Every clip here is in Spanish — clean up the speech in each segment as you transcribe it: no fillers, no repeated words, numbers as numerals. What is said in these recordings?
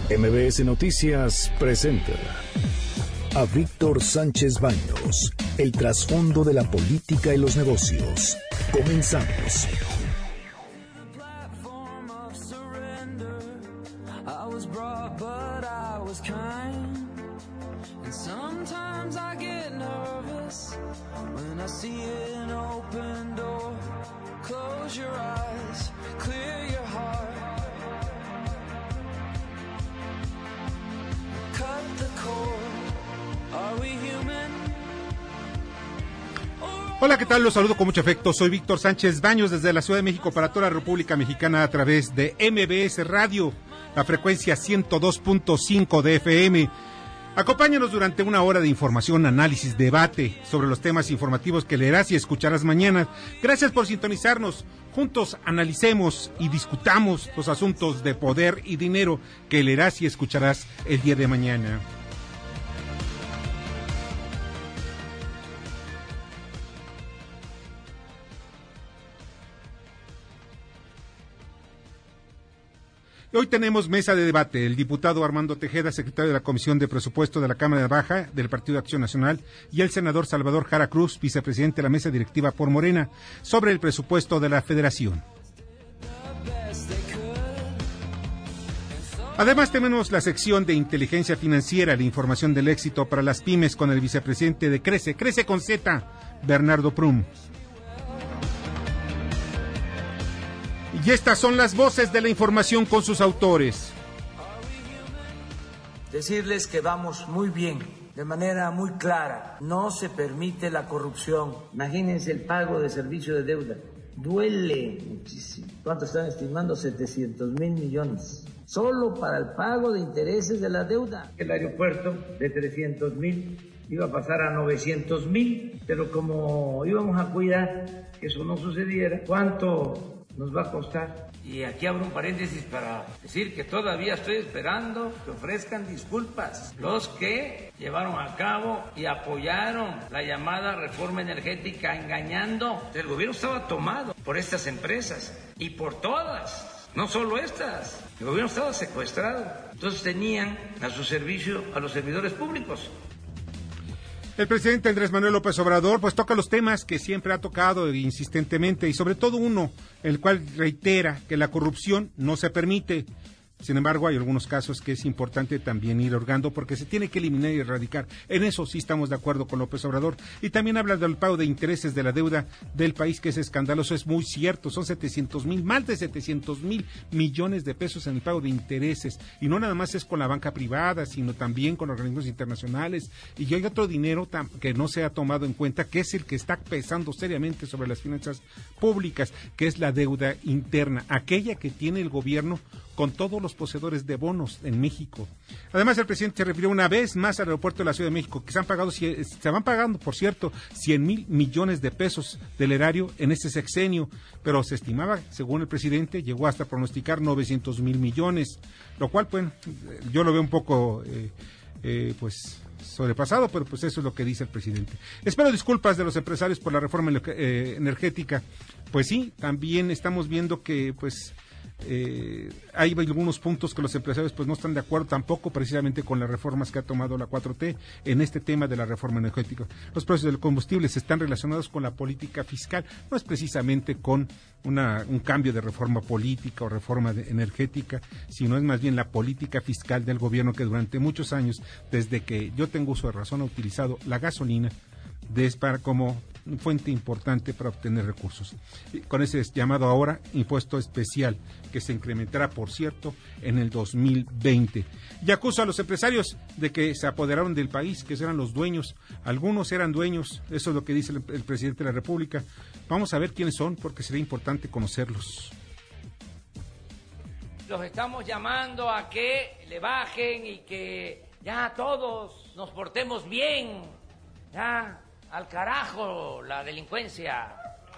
MBS Noticias presenta a Víctor Sánchez Baños, el trasfondo de la política y los negocios. Comenzamos. Hola, ¿qué tal? Los saludo con mucho afecto. Soy Víctor Sánchez Baños desde la Ciudad de México para toda la República Mexicana a través de MBS Radio, la frecuencia 102.5 de FM. Acompáñanos durante una hora de información, análisis, debate sobre los temas informativos que leerás y escucharás mañana. Gracias por sintonizarnos. Juntos analicemos y discutamos los asuntos de poder y dinero que leerás y escucharás el día de mañana. Hoy tenemos mesa de debate. El diputado Armando Tejeda, secretario de la Comisión de Presupuesto de la Cámara Baja del Partido Acción Nacional, y el senador Salvador Jara Cruz, vicepresidente de la mesa directiva por Morena, sobre el presupuesto de la Federación. Además tenemos la sección de inteligencia financiera, la información del éxito para las pymes con el vicepresidente de Crece con Z, Bernardo Prum. Y estas son las voces de la información con sus autores. Decirles que vamos muy bien, de manera muy clara. No se permite la corrupción. Imagínense el pago de servicio de deuda. Duele muchísimo. ¿Cuánto están estimando? 700,000 millones. Solo para el pago de intereses de la deuda. El aeropuerto de 300,000 iba a pasar a 900,000, pero como íbamos a cuidar que eso no sucediera, ¿cuánto nos va a costar? Y aquí abro un paréntesis para decir que todavía estoy esperando que ofrezcan disculpas los que llevaron a cabo y apoyaron la llamada reforma energética engañando. El gobierno estaba tomado por estas empresas y por todas, no solo estas. El gobierno estaba secuestrado, entonces tenían a su servicio a los servidores públicos. El presidente Andrés Manuel López Obrador pues toca los temas que siempre ha tocado insistentemente y sobre todo uno, el cual reitera que la corrupción no se permite. Sin embargo, hay algunos casos que es importante también ir hurgando porque se tiene que eliminar y erradicar. En eso sí estamos de acuerdo con López Obrador. Y también habla del pago de intereses de la deuda del país, que es escandaloso. Es muy cierto, son 700,000, más de 700,000 millones de pesos en el pago de intereses. Y no nada más es con la banca privada, sino también con organismos internacionales. Y hay otro dinero que no se ha tomado en cuenta, que es el que está pesando seriamente sobre las finanzas públicas, que es la deuda interna, aquella que tiene el gobierno con todos los poseedores de bonos en México. Además, el presidente se refirió una vez más al aeropuerto de la Ciudad de México, que se van pagando, por cierto, 100,000 millones de pesos del erario en este sexenio, pero se estimaba, según el presidente, llegó hasta pronosticar 900,000 millones, lo cual, pues, yo lo veo un poco, sobrepasado, pero pues eso es lo que dice el presidente. Espero disculpas de los empresarios por la reforma energética. Pues sí, también estamos viendo que, pues, hay algunos puntos que los empresarios pues no están de acuerdo tampoco precisamente con las reformas que ha tomado la 4T en este tema de la reforma energética. Los precios del combustible están relacionados con la política fiscal, no es precisamente con un cambio de reforma política o reforma energética, sino es más bien la política fiscal del gobierno que durante muchos años, desde que yo tengo uso de razón, ha utilizado la gasolina como fuente importante para obtener recursos. Y con ese llamado ahora impuesto especial que se incrementará, por cierto, en el 2020. Y acusa a los empresarios de que se apoderaron del país, que eran los dueños. Algunos eran dueños, eso es lo que dice el presidente de la República. Vamos a ver quiénes son, porque sería importante conocerlos. Los estamos llamando a que le bajen y que ya todos nos portemos bien. Ya, al carajo la delincuencia.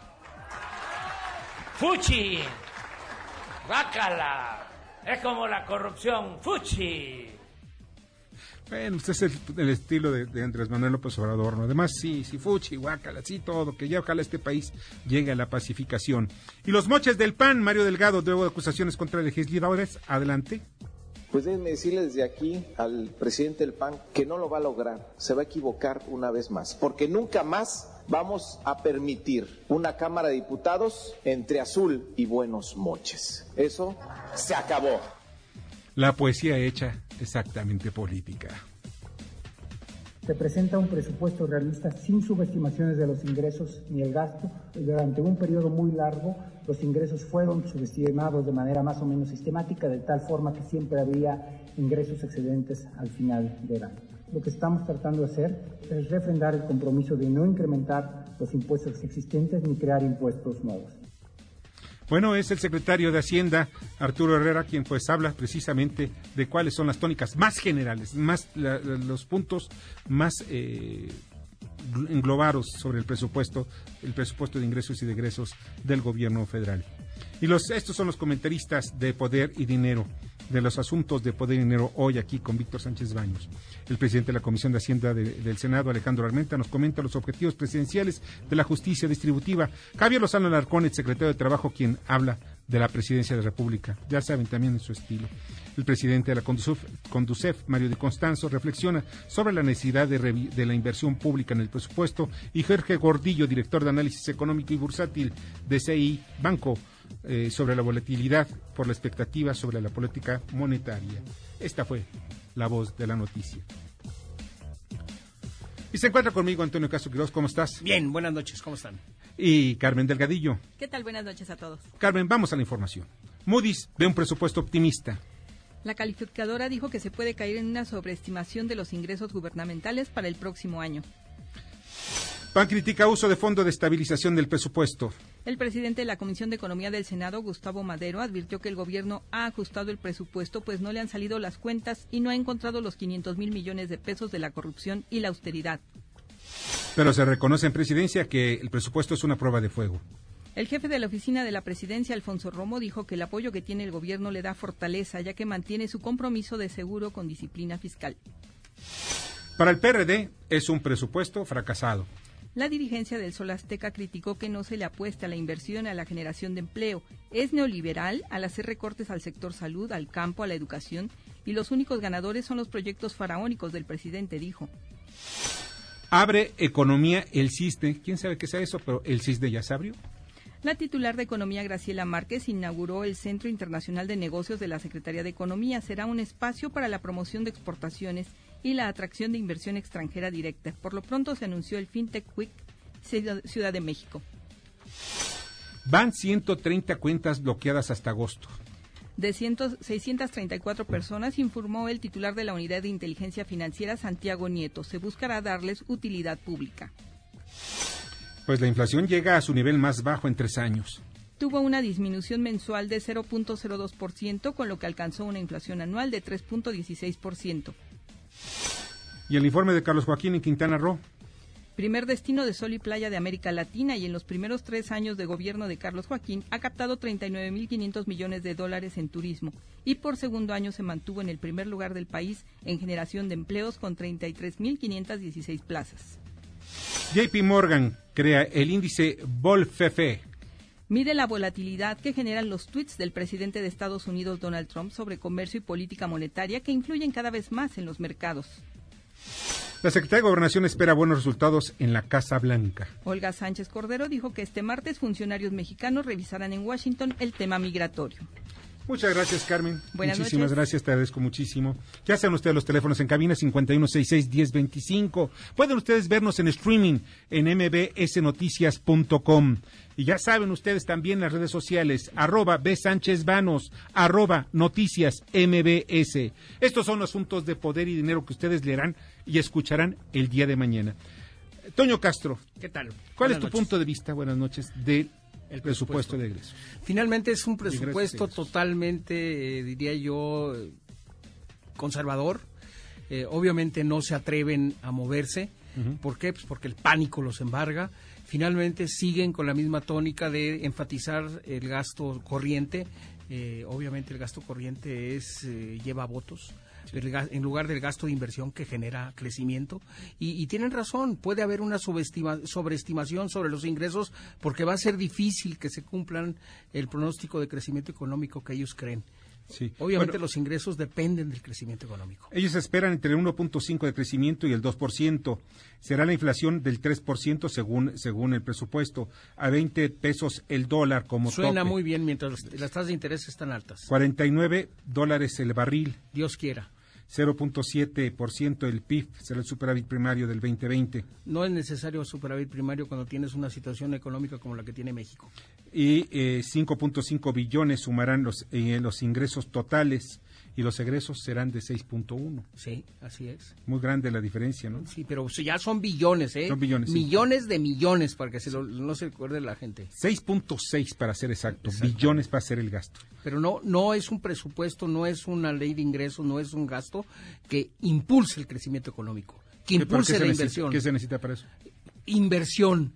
¡Fuchi! ¡Bácala! Es como la corrupción. ¡Fuchi! Bueno, usted es el estilo de Andrés Manuel López Obrador, ¿no? Además, sí, fuchi, guácala, sí, todo, que ya ojalá este país llegue a la pacificación. Y los moches del PAN, Mario Delgado, luego de acusaciones contra legisladores, adelante. Pues déjenme decirle desde aquí al presidente del PAN que no lo va a lograr, se va a equivocar una vez más, porque nunca más vamos a permitir una Cámara de Diputados entre azul y buenos moches. Eso se acabó. La poesía hecha exactamente política. Se presenta un presupuesto realista sin subestimaciones de los ingresos ni el gasto. Durante un periodo muy largo, los ingresos fueron subestimados de manera más o menos sistemática, de tal forma que siempre había ingresos excedentes al final del año. Lo que estamos tratando de hacer es refrendar el compromiso de no incrementar los impuestos existentes ni crear impuestos nuevos. Bueno, es el secretario de Hacienda, Arturo Herrera, quien pues habla precisamente de cuáles son las tónicas más generales, los puntos más englobados sobre el presupuesto de ingresos y de egresos del gobierno federal. Y estos son los comentaristas de Poder y Dinero, de los asuntos de Poder y Dinero, hoy aquí con Víctor Sánchez Baños. El presidente de la Comisión de Hacienda del Senado, Alejandro Armenta, nos comenta los objetivos presidenciales de la justicia distributiva. Javier Lozano Alarcón, el secretario de Trabajo, quien habla de la presidencia de la República. Ya saben, también en su estilo. El presidente de la Conducef, Mario de Constanzo, reflexiona sobre la necesidad de la inversión pública en el presupuesto. Y Jorge Gordillo, director de Análisis Económico y Bursátil de CI Banco, sobre la volatilidad por la expectativa sobre la política monetaria. Esta fue la voz de la noticia. Y se encuentra conmigo Antonio Castro Quiroz. ¿Cómo estás? Bien, buenas noches, ¿cómo están? Y Carmen Delgadillo. ¿Qué tal? Buenas noches a todos. Carmen, vamos a la información. Moody's ve un presupuesto optimista. La calificadora dijo que se puede caer en una sobreestimación de los ingresos gubernamentales para el próximo año. PAN critica uso de Fondo de Estabilización del Presupuesto. El presidente de la Comisión de Economía del Senado, Gustavo Madero, advirtió que el gobierno ha ajustado el presupuesto pues no le han salido las cuentas y no ha encontrado los 500,000 millones de pesos de la corrupción y la austeridad. Pero se reconoce en presidencia que el presupuesto es una prueba de fuego. El jefe de la oficina de la presidencia, Alfonso Romo, dijo que el apoyo que tiene el gobierno le da fortaleza, ya que mantiene su compromiso de seguro con disciplina fiscal. Para el PRD es un presupuesto fracasado. La dirigencia del Sol Azteca criticó que no se le apuesta a la inversión y a la generación de empleo. Es neoliberal al hacer recortes al sector salud, al campo, a la educación, y los únicos ganadores son los proyectos faraónicos del presidente, dijo. Abre economía el CISDE. ¿Quién sabe qué sea eso? Pero el CISDE ya se abrió. La titular de Economía, Graciela Márquez, inauguró el Centro Internacional de Negocios de la Secretaría de Economía. Será un espacio para la promoción de exportaciones y la atracción de inversión extranjera directa. Por lo pronto se anunció el FinTech Week Ciudad de México. Van 130 cuentas bloqueadas hasta agosto. De 634 personas, informó el titular de la Unidad de Inteligencia Financiera, Santiago Nieto. Se buscará darles utilidad pública. Pues la inflación llega a su nivel más bajo en 3 años. Tuvo una disminución mensual de 0.02%, con lo que alcanzó una inflación anual de 3.16%. Y el informe de Carlos Joaquín en Quintana Roo. Primer destino de sol y playa de América Latina, y en los primeros 3 años de gobierno de Carlos Joaquín ha captado 39.500 millones de dólares en turismo y por segundo año se mantuvo en el primer lugar del país en generación de empleos con 33.516 plazas. JP Morgan crea el índice Vol-FF. Mide la volatilidad que generan los tweets del presidente de Estados Unidos, Donald Trump, sobre comercio y política monetaria que influyen cada vez más en los mercados. La Secretaría de Gobernación espera buenos resultados en la Casa Blanca. Olga Sánchez Cordero dijo que este martes funcionarios mexicanos revisarán en Washington el tema migratorio. Muchas gracias, Carmen. Muchísimas noches. Gracias, te agradezco muchísimo. Ya sean ustedes los teléfonos en cabina 5166-1025. Pueden ustedes vernos en streaming en mbsnoticias.com. Y ya saben ustedes también las redes sociales, @bsánchezvanos, @noticiasmbs. Estos son asuntos de poder y dinero que ustedes leerán y escucharán el día de mañana. Toño Castro, ¿qué tal? ¿Cuál es tu punto de vista, buenas noches, del presupuesto de egresos? Finalmente es un presupuesto totalmente, diría yo, conservador. Obviamente no se atreven a moverse. ¿Por qué? Pues porque el pánico los embarga. Finalmente siguen con la misma tónica de enfatizar el gasto corriente. Obviamente el gasto corriente lleva votos. En lugar del gasto de inversión que genera crecimiento. Y tienen razón, puede haber una sobreestimación sobre los ingresos porque va a ser difícil que se cumplan el pronóstico de crecimiento económico que ellos creen. Sí. Obviamente los ingresos dependen del crecimiento económico. Ellos esperan entre el 1.5% de crecimiento y el 2%. Será la inflación del 3% según el presupuesto. A 20 pesos el dólar como Suena tope. muy bien mientras las tasas de interés están altas. $49 el barril. Dios quiera. 0.7% el PIB será el superávit primario del 2020. No es necesario superávit primario cuando tienes una situación económica como la que tiene México. Y 5.5 billones sumarán los ingresos totales y los egresos serán de 6.1. Sí, así es. Muy grande la diferencia, ¿no? Sí, pero ya son billones, ¿eh? Son billones. Millones de millones, para que no se recuerde la gente. 6.6 para ser exacto, billones para ser el gasto. Pero no es un presupuesto, no es una ley de ingresos, no es un gasto que impulse el crecimiento económico, que impulse la inversión. ¿Qué se necesita para eso? Inversión.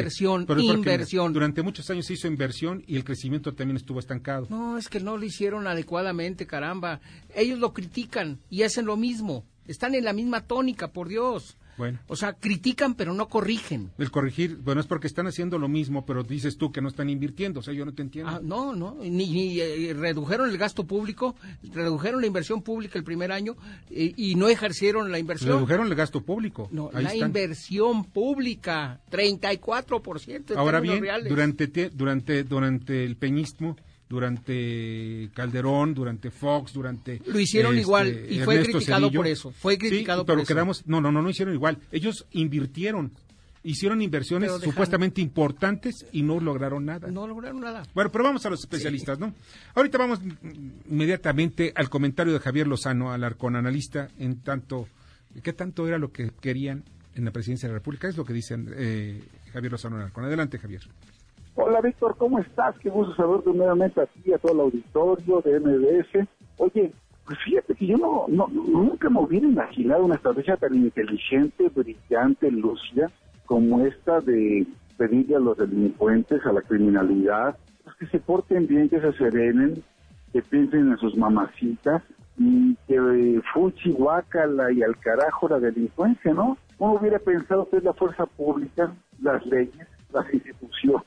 Durante muchos años se hizo inversión y el crecimiento también estuvo estancado. No, es que no lo hicieron adecuadamente, caramba. Ellos lo critican y hacen lo mismo. Están en la misma tónica, por Dios. Bueno. O sea, critican pero no corrigen. El corregir, bueno, es porque están haciendo lo mismo, pero dices tú que no están invirtiendo, o sea, yo no te entiendo. No, ni redujeron el gasto público, redujeron la inversión pública el primer año y no ejercieron la inversión. Redujeron el gasto público. No, ahí la están. Inversión pública, 34%. Ahora bien, reales. durante el peñismo, durante Calderón, durante Fox, lo hicieron igual y fue Ernesto criticado Zedillo. por eso. Fue criticado pero por eso. quedamos, no hicieron igual. Ellos hicieron inversiones supuestamente importantes y no lograron nada. No lograron nada. Bueno, pero vamos a los especialistas, ¿no? Ahorita vamos inmediatamente al comentario de Javier Lozano Alarcón, analista, en tanto, ¿qué tanto era lo que querían en la presidencia de la República? Es lo que dicen Javier Lozano Alarcón. Adelante, Javier. Hola, Víctor, ¿cómo estás? Qué gusto saludarte nuevamente a ti, a todo el auditorio de MBS. Oye, pues fíjate que yo nunca me hubiera imaginado una estrategia tan inteligente, brillante, lúcida, como esta de pedirle a los delincuentes, a la criminalidad, pues que se porten bien, que se serenen, que piensen en sus mamacitas y que fuchi, guácala y al carajo la delincuencia, ¿no? Uno hubiera pensado que es la fuerza pública, las leyes, las instituciones,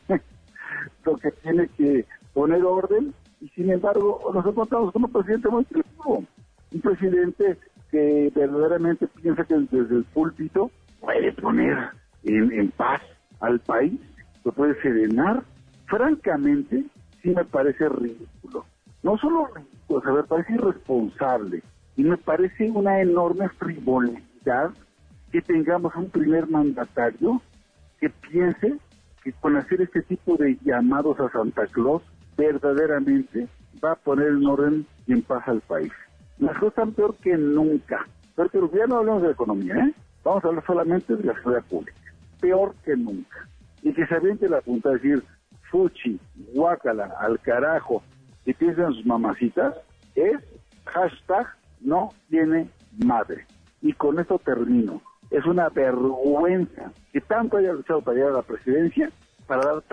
lo que tiene que poner orden, y sin embargo nos encontramos con un presidente muy creativo, un presidente que verdaderamente piensa que desde el púlpito puede poner en paz al país, lo puede serenar. Francamente, sí me parece ridículo. No solo ridículo, o sea, me parece irresponsable, y me parece una enorme frivolidad que tengamos un primer mandatario que piense que con hacer este tipo de llamados a Santa Claus verdaderamente va a poner en orden y en paz al país. Las cosas están peor que nunca. Pero ya no hablamos de economía, ¿eh? Vamos a hablar solamente de la seguridad pública. Peor que nunca. Y que se aviente la punta a decir fuchi, guácala, al carajo, y piensen en sus mamacitas, es hashtag no tiene madre. Y con esto termino. Es una vergüenza que tanto haya luchado para llegar a la presidencia para dar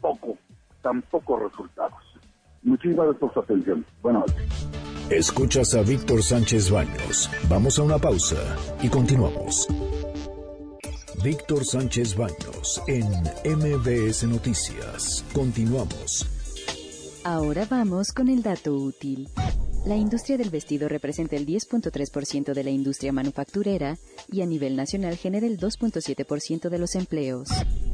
tan pocos resultados. Muchísimas gracias por su atención. Buenas noches. Escuchas a Víctor Sánchez Baños. Vamos a una pausa y continuamos. Víctor Sánchez Baños en MBS Noticias. Continuamos. Ahora vamos con el dato útil. La industria del vestido representa el 10.3% de la industria manufacturera y a nivel nacional genera el 2.7% de los empleos.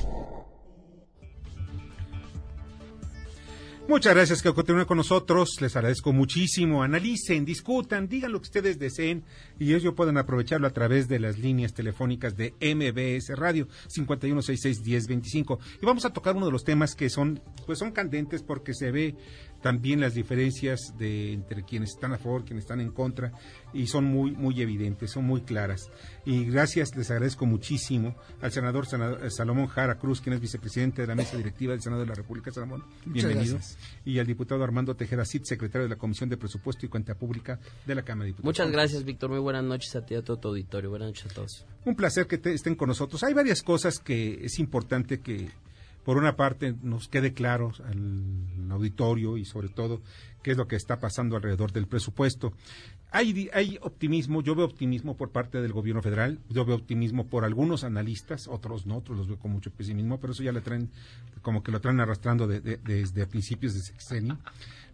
Muchas gracias que continúen con nosotros, les agradezco muchísimo, analicen, discutan, digan lo que ustedes deseen y ellos pueden aprovecharlo a través de las líneas telefónicas de MBS Radio 5166-1025. Y vamos a tocar uno de los temas que son candentes porque se ve también las diferencias entre quienes están a favor, quienes están en contra, y son muy evidentes, son muy claras. Y gracias, les agradezco muchísimo al senador Salomón Jara Cruz, quien es vicepresidente de la mesa directiva del Senado de la República. Salomón, bienvenido. Y al diputado Armando Tejera Cid, secretario de la Comisión de Presupuesto y Cuenta Pública de la Cámara de Diputados. Muchas gracias, Víctor. Muy buenas noches a ti y a todo tu auditorio. Buenas noches a todos. Un placer que estén con nosotros. Hay varias cosas que es importante que, por una parte, nos quede claro al auditorio y sobre todo qué es lo que está pasando alrededor del presupuesto. Hay optimismo, yo veo optimismo por parte del gobierno federal, yo veo optimismo por algunos analistas, otros no, otros los veo con mucho pesimismo, pero eso ya le traen, como que lo traen arrastrando desde principios de sexenio.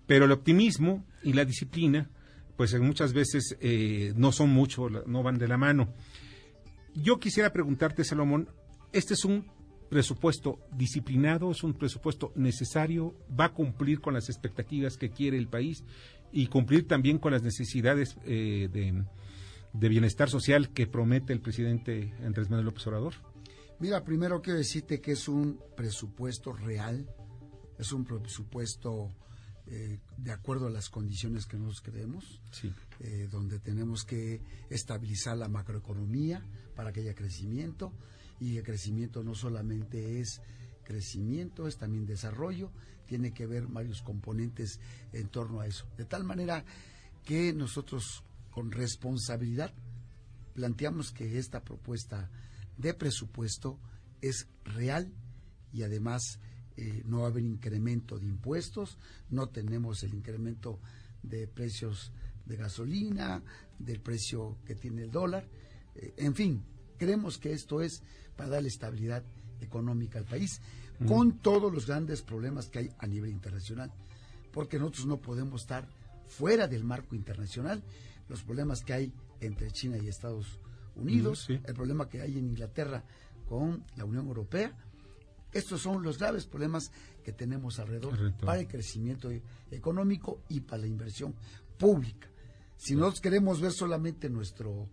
Pero el optimismo y la disciplina, pues muchas veces no son mucho, no van de la mano. Yo quisiera preguntarte, Salomón, ¿este es un presupuesto disciplinado, es un presupuesto necesario, va a cumplir con las expectativas que quiere el país y cumplir también con las necesidades de bienestar social que promete el presidente Andrés Manuel López Obrador? Mira, primero quiero decirte que es un presupuesto real, es un presupuesto de acuerdo a las condiciones que nosotros creemos, sí. Donde tenemos que estabilizar la macroeconomía para que haya crecimiento, y el crecimiento no solamente es crecimiento, es también desarrollo, tiene que ver varios componentes en torno a eso. De tal manera que nosotros con responsabilidad planteamos que esta propuesta de presupuesto es real y además no va a haber incremento de impuestos, no tenemos el incremento de precios de gasolina, del precio que tiene el dólar, en fin, creemos que esto es para darle estabilidad económica al país, con todos los grandes problemas que hay a nivel internacional, porque nosotros no podemos estar fuera del marco internacional, los problemas que hay entre China y Estados Unidos, sí. El problema que hay en Inglaterra con la Unión Europea. Estos son los graves problemas que tenemos alrededor para el crecimiento económico y para la inversión pública. Si nosotros queremos ver solamente nuestro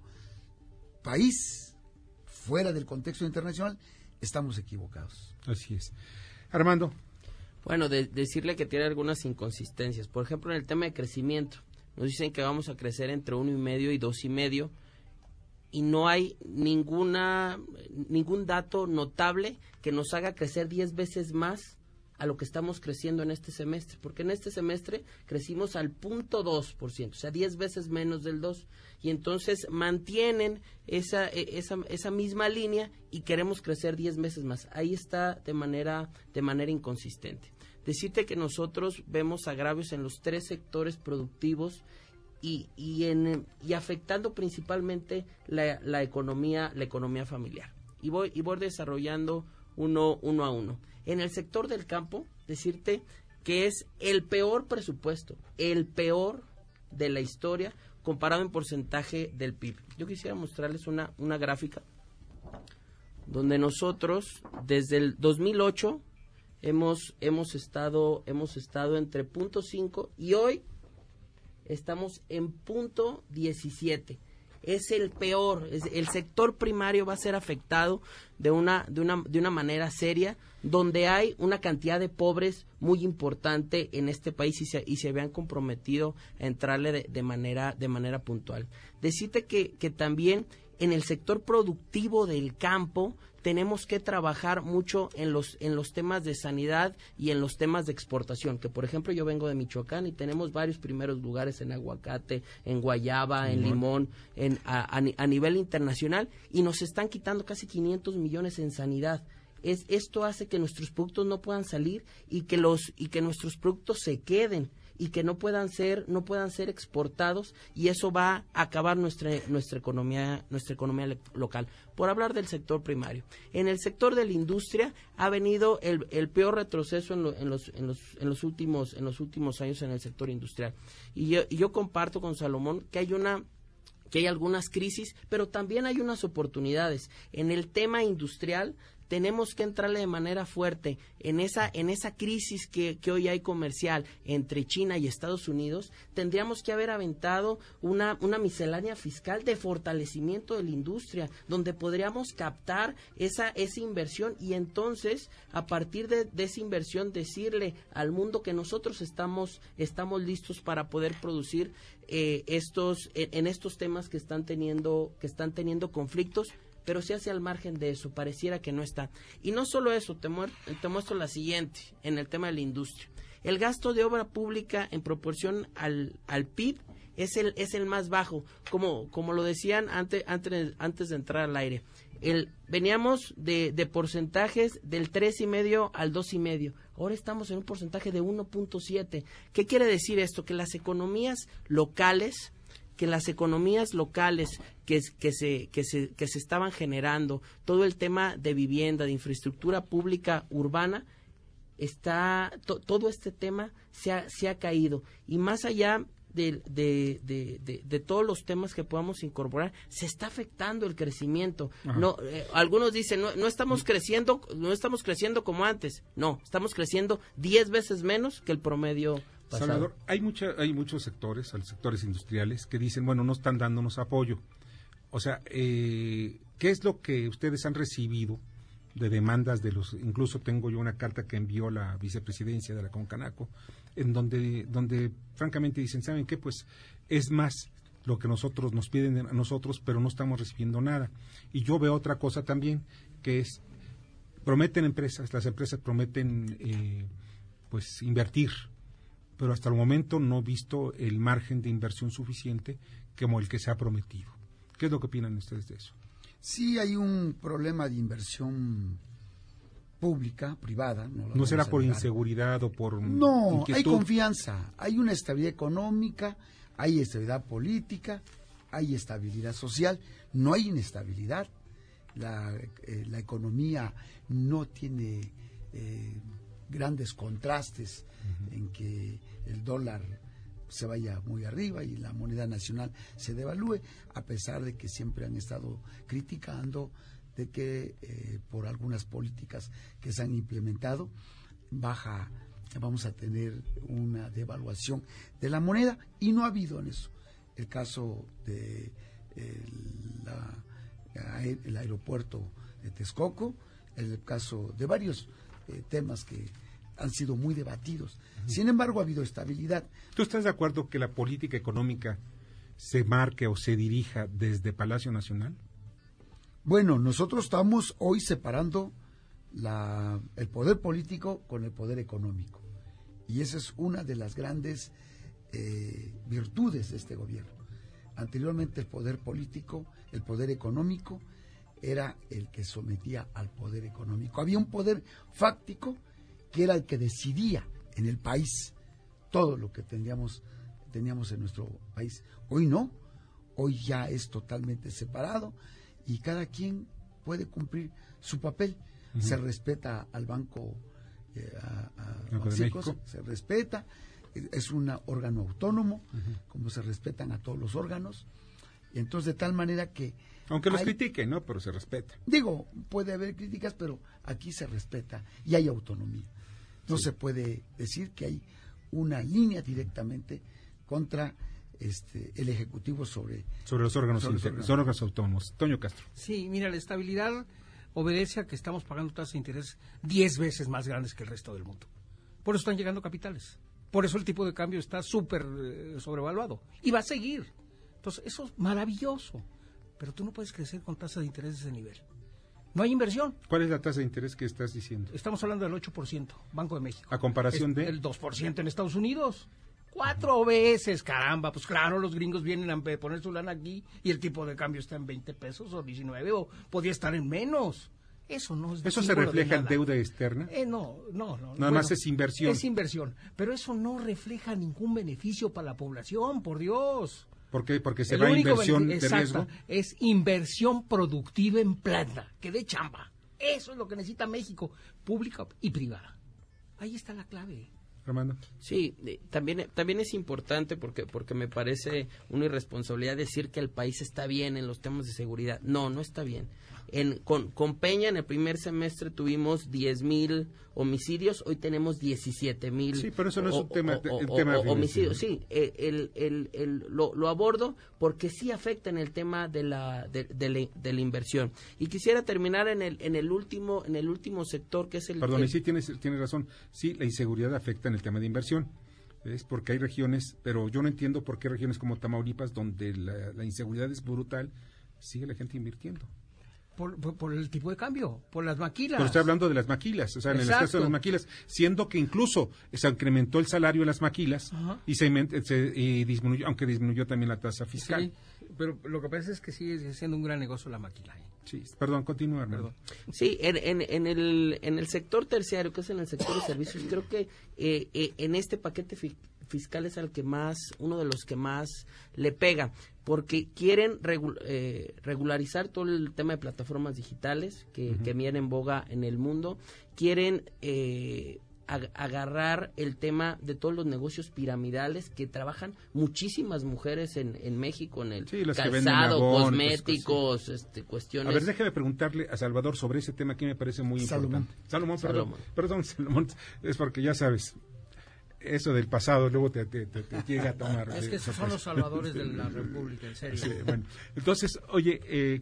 país fuera del contexto internacional, estamos equivocados. Así es. Armando. Bueno, decirle que tiene algunas inconsistencias. Por ejemplo, en el tema de crecimiento, nos dicen que vamos a crecer entre 1,5 y 2,5, y no hay ningún dato notable que nos haga crecer 10 veces más a lo que estamos creciendo en este semestre, porque en este semestre crecimos al 0.2%, o sea, 10 veces menos del 2%, y entonces mantienen esa misma línea y queremos crecer 10 veces más. Ahí está de manera inconsistente. Decirte que nosotros vemos agravios en los 3 sectores productivos y afectando principalmente la economía familiar. Y voy desarrollando uno a uno. En el sector del campo, decirte que es el peor presupuesto, el peor de la historia comparado en porcentaje del PIB. Yo quisiera mostrarles una gráfica donde nosotros desde el 2008 hemos estado entre 0.5 y hoy estamos en 0.17. Es el peor, el sector primario va a ser afectado de una manera seria, donde hay una cantidad de pobres muy importante en este país y se habían comprometido a entrarle de manera puntual. Decirte que también en el sector productivo del campo tenemos que trabajar mucho en los temas de sanidad y en los temas de exportación, que por ejemplo yo vengo de Michoacán y tenemos varios primeros lugares en aguacate, en guayaba, en limón, a nivel internacional, y nos están quitando casi 500 millones en sanidad. Esto hace que nuestros productos no puedan salir y que nuestros productos se queden y que no puedan ser exportados, y eso va a acabar nuestra economía local. Por hablar del sector primario, en el sector de la industria ha venido el peor retroceso en los últimos años en el sector industrial, y yo comparto con Salomón que hay algunas crisis, pero también hay unas oportunidades. En el tema industrial tenemos que entrarle de manera fuerte en esa crisis que hoy hay comercial entre China y Estados Unidos. Tendríamos que haber aventado una miscelánea fiscal de fortalecimiento de la industria, donde podríamos captar esa inversión, y entonces a partir de esa inversión decirle al mundo que nosotros estamos listos para poder producir en estos temas que están teniendo conflictos. Pero se hace al margen de eso, pareciera que no está. Y no solo eso, te muestro la siguiente, en el tema de la industria. El gasto de obra pública en proporción al PIB es el más bajo, como lo decían antes de entrar al aire. Veníamos de porcentajes del 3,5 al 2,5. Ahora estamos en un porcentaje de 1.7. ¿Qué quiere decir esto? Que las economías locales que se estaban generando, todo el tema de vivienda, de infraestructura pública urbana, todo este tema se ha caído, y más allá de todos los temas que podamos incorporar, se está afectando el crecimiento. No, algunos dicen no estamos creciendo como antes. No, estamos creciendo 10 veces menos que el promedio pasado. Salvador, hay muchos sectores industriales que dicen, bueno, no están dándonos apoyo. O sea, ¿qué es lo que ustedes han recibido de demandas incluso tengo yo una carta que envió la vicepresidencia de la Concanaco, en donde francamente dicen, ¿saben qué? Pues es más lo que nos piden a nosotros, pero no estamos recibiendo nada. Y yo veo otra cosa también, que es, las empresas prometen pues invertir, pero hasta el momento no he visto el margen de inversión suficiente como el que se ha prometido. ¿Qué es lo que opinan ustedes de eso? Sí, hay un problema de inversión pública, privada. ¿No será por inseguridad o por inquietud? Hay confianza, hay una estabilidad económica, hay estabilidad política, hay estabilidad social, no hay inestabilidad. La economía no tiene grandes contrastes en que el dólar se vaya muy arriba y la moneda nacional se devalúe, a pesar de que siempre han estado criticando de que por algunas políticas que se han implementado vamos a tener una devaluación de la moneda, y no ha habido en eso. El caso de el aeropuerto de Texcoco, el caso de varios temas que han sido muy debatidos. Sin embargo, ha habido estabilidad. ¿Tú estás de acuerdo que la política económica se marque o se dirija desde Palacio Nacional? Bueno, nosotros estamos hoy separando el poder político con el poder económico. Y esa es una de las grandes virtudes de este gobierno. Anteriormente el poder político, el poder económico, era el que sometía al poder económico. Había un poder fáctico que era el que decidía en el país todo lo que teníamos en nuestro país. Hoy no, hoy ya es totalmente separado y cada quien puede cumplir su papel. Se respeta al Banco México, se respeta, es un órgano autónomo, como se respetan a todos los órganos, y entonces de tal manera que aunque los critiquen, ¿no? Pero se respeta. Digo, puede haber críticas, pero aquí se respeta y hay autonomía. No se puede decir que hay una línea directamente contra el Ejecutivo sobre los órganos autónomos. Toño Castro. Sí, mira, la estabilidad obedece a que estamos pagando tasas de interés 10 veces más grandes que el resto del mundo. Por eso están llegando capitales. Por eso el tipo de cambio está súper sobrevaluado. Y va a seguir. Entonces, eso es maravilloso. Pero tú no puedes crecer con tasas de interés de ese nivel. No hay inversión. ¿Cuál es la tasa de interés que estás diciendo? Estamos hablando del 8%, Banco de México. ¿A comparación del 2% en Estados Unidos? 4 veces, caramba. Pues claro, los gringos vienen a poner su lana aquí y el tipo de cambio está en 20 pesos o 19 o podía estar en menos. Eso no es. ¿Eso se refleja en deuda externa? No. Nada más es inversión. Es inversión, pero eso no refleja ningún beneficio para la población, por Dios. ¿Por qué? Porque se va a inversión de riesgo. Es inversión productiva en planta, que dé chamba. Eso es lo que necesita México, pública y privada. Ahí está la clave. Armando. Sí, también es importante porque me parece una irresponsabilidad decir que el país está bien en los temas de seguridad. No está bien. Con Peña en el primer semestre tuvimos 10,000 homicidios, hoy tenemos 17,000. Sí, pero eso no es un tema homicidios. Sí, lo abordo porque sí afecta en el tema de la inversión. Y quisiera terminar en el último sector que es el. Perdón, y sí tienes razón. Sí, la inseguridad afecta en el tema de inversión. Es porque hay regiones, pero yo no entiendo por qué regiones como Tamaulipas, donde la inseguridad es brutal, sigue la gente invirtiendo. Por el tipo de cambio, por las maquilas. Pero estoy hablando de las maquilas, o sea, en el caso de las maquilas, siendo que incluso se incrementó el salario de las maquilas y se disminuyó, aunque disminuyó también la tasa fiscal. Sí, pero lo que pasa es que sigue siendo un gran negocio la maquila. Sí, perdón, continúa, Armando. Sí, en el sector terciario, que es en el sector de servicios, creo que en este paquete fiscal es uno de los que más le pega, porque quieren regularizar todo el tema de plataformas digitales que viene en boga en el mundo, quieren agarrar el tema de todos los negocios piramidales que trabajan muchísimas mujeres en México, en el calzado, cosméticos, cuestiones. A ver, déjeme preguntarle a Salvador sobre ese tema que me parece muy importante. Salomón, perdón, Salomón, es porque ya sabes, eso del pasado luego te llega a tomar. Es que esos son los salvadores de la República, en serio. Sí, bueno, entonces, oye,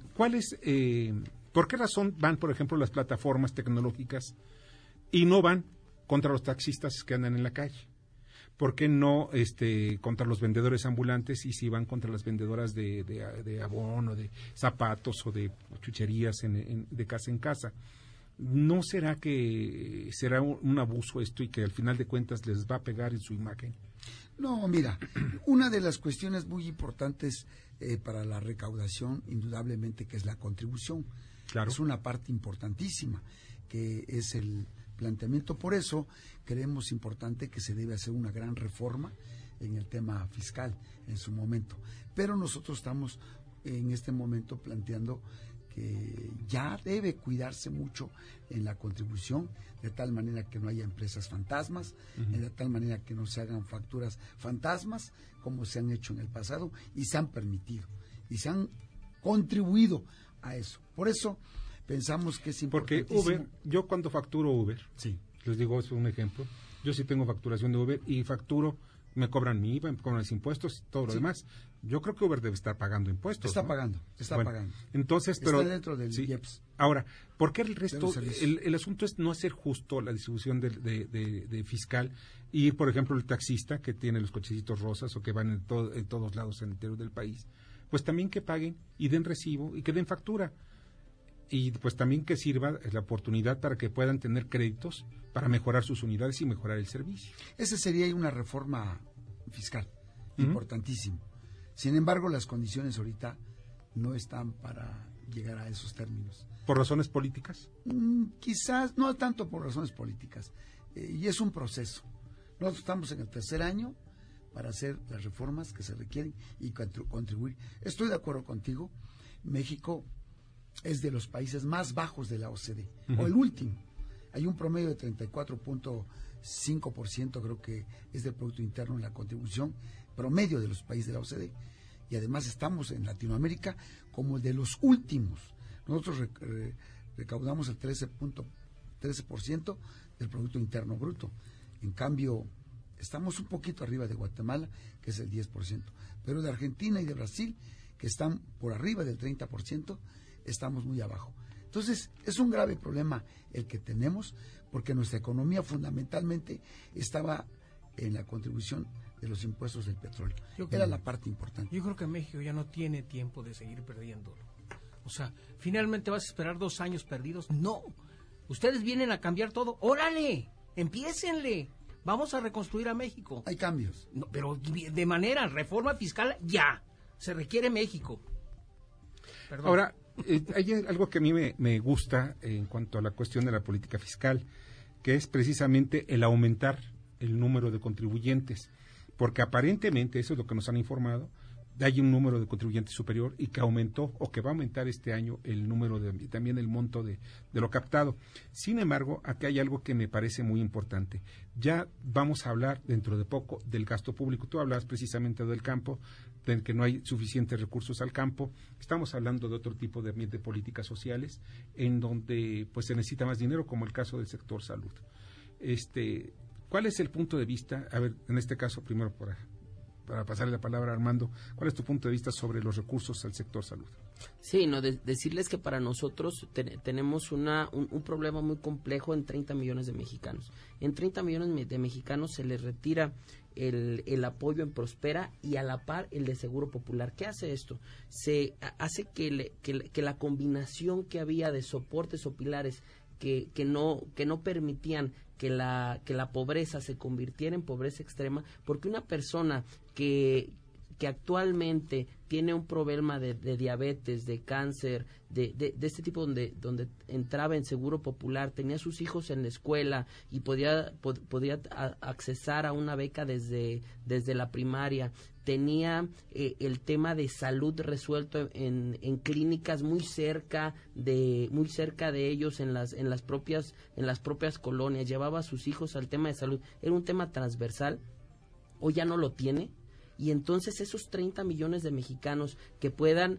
¿por qué razón van, por ejemplo, las plataformas tecnológicas y no van contra los taxistas que andan en la calle? ¿Por qué no contra los vendedores ambulantes y si van contra las vendedoras de abono, de zapatos o de chucherías de casa en casa? ¿No será que será un abuso esto y que al final de cuentas les va a pegar en su imagen? No, mira, una de las cuestiones muy importantes para la recaudación, indudablemente, que es la contribución. Claro. Es una parte importantísima, que es el planteamiento. Por eso creemos importante que se debe hacer una gran reforma en el tema fiscal en su momento. Pero nosotros estamos en este momento planteando que ya debe cuidarse mucho en la contribución, de tal manera que no haya empresas fantasmas, de tal manera que no se hagan facturas fantasmas como se han hecho en el pasado y se han permitido y se han contribuido a eso. Por eso pensamos que es importante. Porque Uber, yo cuando facturo Uber, sí, les digo, es un ejemplo, yo sí tengo facturación de Uber y facturo, me cobran mi IVA, me cobran los impuestos, todo lo demás. Yo creo que Uber debe estar pagando impuestos. Está ¿no? pagando. Entonces, está pero dentro del IEPS. Ahora, ¿por qué el resto? El asunto es no hacer justo la distribución de fiscal y ir, por ejemplo, el taxista que tiene los cochecitos rosas o que van en todos lados en el interior del país, pues también que paguen y den recibo y que den factura. Y pues también que sirva la oportunidad para que puedan tener créditos para mejorar sus unidades y mejorar el servicio. Esa sería una reforma fiscal importantísima. Sin embargo, las condiciones ahorita no están para llegar a esos términos. ¿Por razones políticas? Quizás no tanto por razones políticas. Y es un proceso. Nosotros estamos en el tercer año para hacer las reformas que se requieren y contribuir. Estoy de acuerdo contigo. México es de los países más bajos de la OCDE, o el último. Hay un promedio de 34.5%, creo que es del Producto Interno en la contribución promedio de los países de la OCDE. Y además estamos en Latinoamérica como de los últimos. Nosotros recaudamos el 13% del Producto Interno Bruto. En cambio, estamos un poquito arriba de Guatemala, que es el 10%. Pero de Argentina y de Brasil, que están por arriba del 30%, estamos muy abajo. Entonces, es un grave problema el que tenemos, porque nuestra economía fundamentalmente estaba en la contribución de los impuestos del petróleo. Era la parte importante. Yo creo que México ya no tiene tiempo de seguir perdiéndolo. O sea, ¿finalmente vas a esperar 2 años perdidos? No. Ustedes vienen a cambiar todo. ¡Órale! ¡Empiécenle! Vamos a reconstruir a México. Hay cambios. No, pero de manera, reforma fiscal, ya. Se requiere México. Perdón. Ahora, hay algo que a mí me gusta en cuanto a la cuestión de la política fiscal, que es precisamente el aumentar el número de contribuyentes, porque aparentemente, eso es lo que nos han informado, hay un número de contribuyentes superior y que aumentó o que va a aumentar este año el número también el monto de lo captado. Sin embargo, aquí hay algo que me parece muy importante. Ya vamos a hablar dentro de poco del gasto público. Tú hablabas precisamente del campo, de que no hay suficientes recursos al campo. Estamos hablando de otro tipo de políticas sociales en donde pues se necesita más dinero, como el caso del sector salud. ¿Cuál es el punto de vista? A ver, en este caso, primero para pasarle la palabra a Armando, ¿cuál es tu punto de vista sobre los recursos al sector salud? Sí, decirles que para nosotros tenemos un problema muy complejo en 30 millones de mexicanos. En 30 millones de mexicanos se les retira el apoyo en Prospera y a la par el de Seguro Popular. ¿Qué hace esto? Se hace que la combinación que había de soportes o pilares que no permitían que la pobreza se convirtiera en pobreza extrema, porque una persona que que actualmente tiene un problema de diabetes, de cáncer, de este tipo donde entraba en Seguro Popular, tenía a sus hijos en la escuela y podía accesar a una beca desde la primaria, tenía el tema de salud resuelto en clínicas muy cerca de ellos, en las propias colonias, llevaba a sus hijos al tema de salud, era un tema transversal. Hoy ya no lo tiene, y entonces esos 30 millones de mexicanos que puedan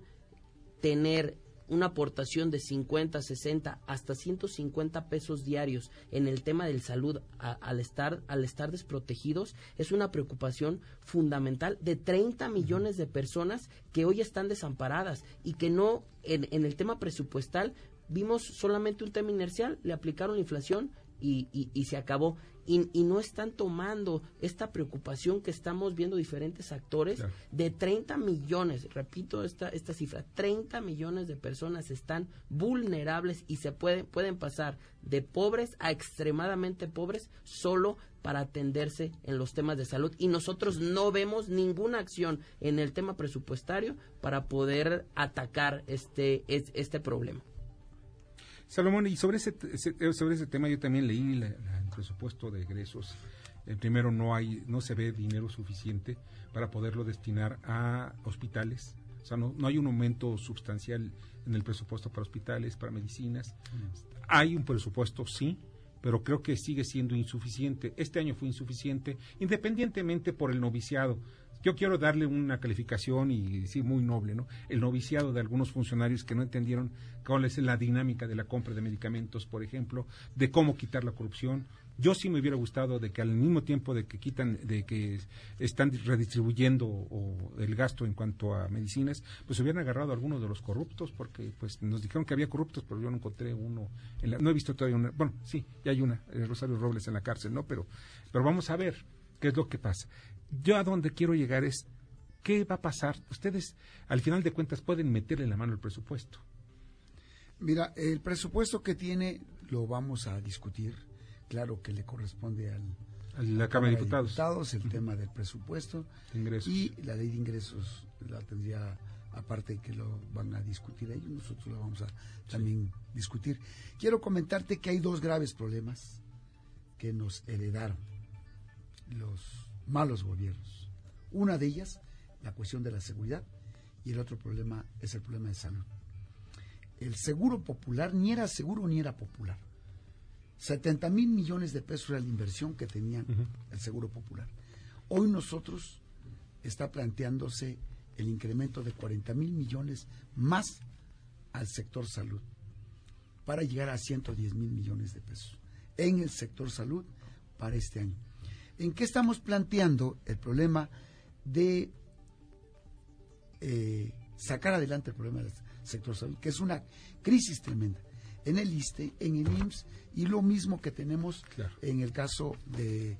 tener una aportación de 50, 60, hasta 150 pesos diarios en el tema de salud al estar desprotegidos, es una preocupación fundamental de 30 millones de personas que hoy están desamparadas y que no, en el tema presupuestal, vimos solamente un tema inercial, le aplicaron la inflación y se acabó. Y no están tomando esta preocupación que estamos viendo diferentes actores, claro, de 30 millones, repito esta cifra, 30 millones de personas están vulnerables y se pueden pasar de pobres a extremadamente pobres solo para atenderse en los temas de salud, y nosotros no vemos ninguna acción en el tema presupuestario para poder atacar este problema. Salomón, y sobre ese tema yo también leí el presupuesto de egresos. Primero, no se ve dinero suficiente para poderlo destinar a hospitales. O sea, no hay un aumento sustancial en el presupuesto para hospitales, para medicinas. Hay un presupuesto, sí, pero creo que sigue siendo insuficiente. Este año fue insuficiente, independientemente por el noviciado. Yo quiero darle una calificación y decir muy noble, ¿no? El noviciado de algunos funcionarios que no entendieron cuál es la dinámica de la compra de medicamentos, por ejemplo, de cómo quitar la corrupción. Yo sí me hubiera gustado de que al mismo tiempo de que están redistribuyendo el gasto en cuanto a medicinas, pues hubieran agarrado a algunos de los corruptos, porque pues nos dijeron que había corruptos, pero yo no encontré uno. No he visto todavía una. Bueno, sí, ya hay una, Rosario Robles en la cárcel, ¿no? Pero vamos a ver qué es lo que pasa. Yo a donde quiero llegar es, ¿qué va a pasar? Ustedes, al final de cuentas, pueden meterle la mano al presupuesto. Mira, el presupuesto que tiene lo vamos a discutir. Claro que le corresponde a la Cámara de Diputados. El tema del presupuesto. Y la ley de ingresos la tendría, aparte que lo van a discutir ellos, nosotros lo vamos a también discutir. Quiero comentarte que hay dos graves problemas que nos heredaron los malos gobiernos. Una de ellas, la cuestión de la seguridad, y el otro problema es el problema de salud. El seguro popular ni era seguro ni era popular. 70,000 millones de pesos era la inversión que tenía el seguro popular. Hoy nosotros está planteándose el incremento de 40,000 millones más al sector salud para llegar a 110,000 millones de pesos en el sector salud para este año. ¿En qué estamos planteando el problema de sacar adelante el problema del sector salud, que es una crisis tremenda en el ISSSTE, en el IMSS, y lo mismo que tenemos en el caso de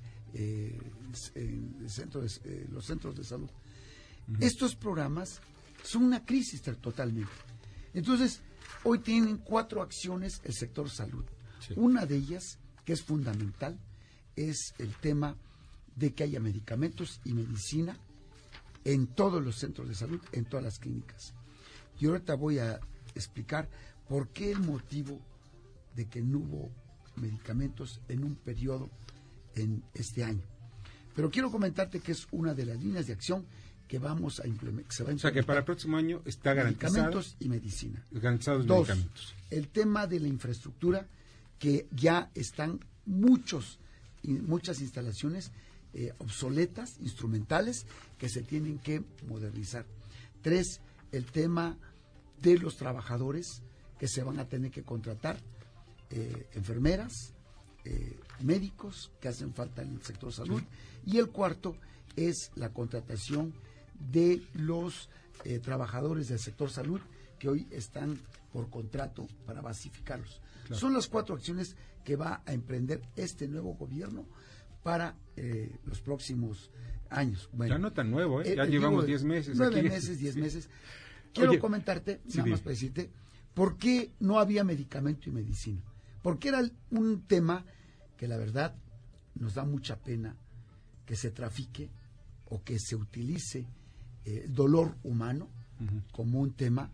los centros de salud? Estos programas son una crisis totalmente. Entonces, hoy tienen 4 acciones el sector salud. Una de ellas, que es fundamental, es el tema de que haya medicamentos y medicina en todos los centros de salud, en todas las clínicas. Y ahorita voy a explicar por qué el motivo de que no hubo medicamentos en un periodo en este año. Pero quiero comentarte que es una de las líneas de acción que vamos a implementar. O sea, que para el próximo año está garantizado. Medicamentos y medicina. Garantizados 2, medicamentos. El tema de la infraestructura, que ya están muchas instalaciones obsoletas, instrumentales, que se tienen que modernizar. 3, el tema de los trabajadores que se van a tener que contratar, enfermeras, médicos que hacen falta en el sector salud. Y el 4 es la contratación de los trabajadores del sector salud que hoy están por contrato para basificarlos. Son las 4 acciones que va a emprender este nuevo gobierno para los próximos años. Bueno, ya no tan nuevo, ya llevamos 10 meses. 9 meses, 10 meses. Quiero comentarte, nada más para decirte, ¿por qué no había medicamento y medicina? Porque era un tema que la verdad nos da mucha pena que se trafique o que se utilice el dolor humano como un tema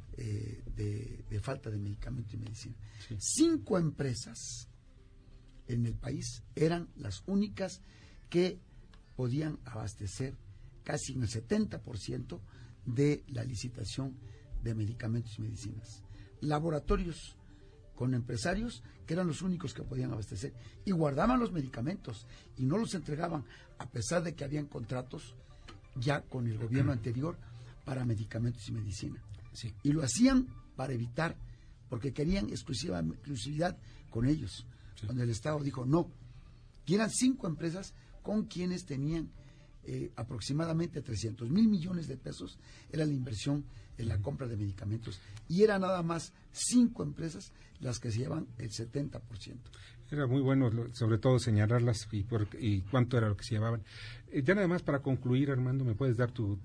de falta de medicamento y medicina. 5 empresas en el país eran las únicas que podían abastecer casi en el 70% de la licitación de medicamentos y medicinas. Laboratorios con empresarios que eran los únicos que podían abastecer y guardaban los medicamentos y no los entregaban, a pesar de que habían contratos ya con el gobierno anterior para medicamentos y medicina. Sí. Y lo hacían para evitar, porque querían exclusividad con ellos. Sí. Cuando el Estado dijo no, y eran 5 empresas con quienes tenían aproximadamente 300,000 millones de pesos, era la inversión en la compra de medicamentos, y eran nada más 5 empresas las que se llevan el 70%. Era muy bueno, sobre todo, señalarlas y cuánto era lo que se llevaban. Ya nada más para concluir, Armando, ¿me puedes dar tus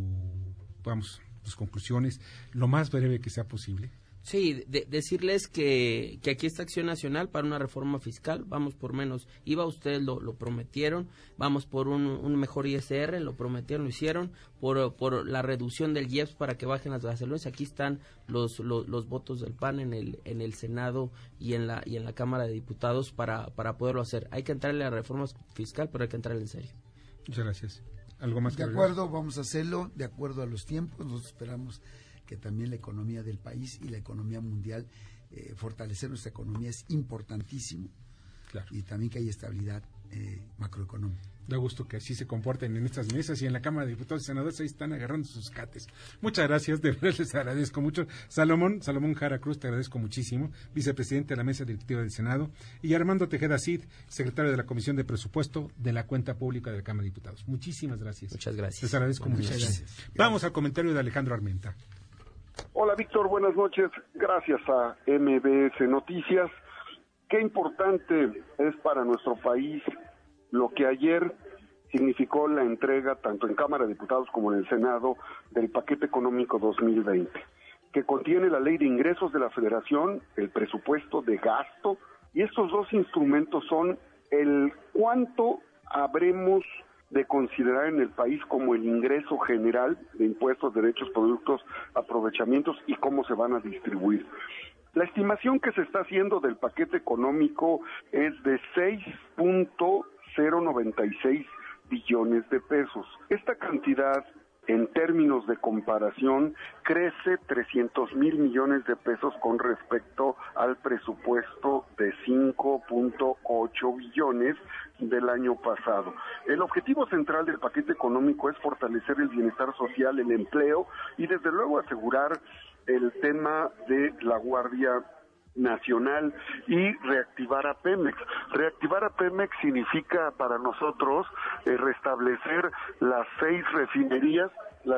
conclusiones, lo más breve que sea posible? Sí, decirles que aquí está Acción Nacional para una reforma fiscal, vamos por menos IVA, ustedes lo prometieron, vamos por un mejor ISR, lo prometieron, lo hicieron, por la reducción del IEPS para que bajen las gasolinas. Aquí están los votos del PAN en el Senado y en la Cámara de Diputados para poderlo hacer. Hay que entrarle a la reforma fiscal, pero hay que entrarle en serio. Muchas gracias. ¿Algo más? De acuerdo, vamos a hacerlo de acuerdo a los tiempos. Nosotros esperamos que también la economía del país y la economía mundial, fortalecer nuestra economía es importantísimo. Claro. Y también que haya estabilidad macroeconómica. Da gusto que así se comporten en estas mesas y en la Cámara de Diputados y Senadores, ahí están agarrando sus cates. Muchas gracias, de verdad les agradezco mucho. Salomón Jara Cruz, te agradezco muchísimo, vicepresidente de la Mesa Directiva del Senado, y Armando Tejeda Cid, secretario de la Comisión de Presupuesto de la Cuenta Pública de la Cámara de Diputados. Muchísimas gracias. Muchas gracias. Les agradezco mucho. Gracias. Vamos al comentario de Alejandro Armenta. Hola, Víctor, buenas noches. Gracias a MBS Noticias. Qué importante es para nuestro país lo que ayer significó la entrega, tanto en Cámara de Diputados como en el Senado, del paquete económico 2020, que contiene la Ley de Ingresos de la Federación, el presupuesto de gasto, y estos 2 instrumentos son el cuánto habremos de considerar en el país como el ingreso general de impuestos, derechos, productos, aprovechamientos y cómo se van a distribuir. La estimación que se está haciendo del paquete económico es de 6.096 billones de pesos. Esta cantidad, en términos de comparación, crece 300,000 millones de pesos con respecto al presupuesto de 5.8 billones del año pasado. El objetivo central del paquete económico es fortalecer el bienestar social, el empleo y desde luego asegurar el tema de la Guardia Nacional y reactivar a Pemex. Reactivar a Pemex significa para nosotros restablecer las 6 refinerías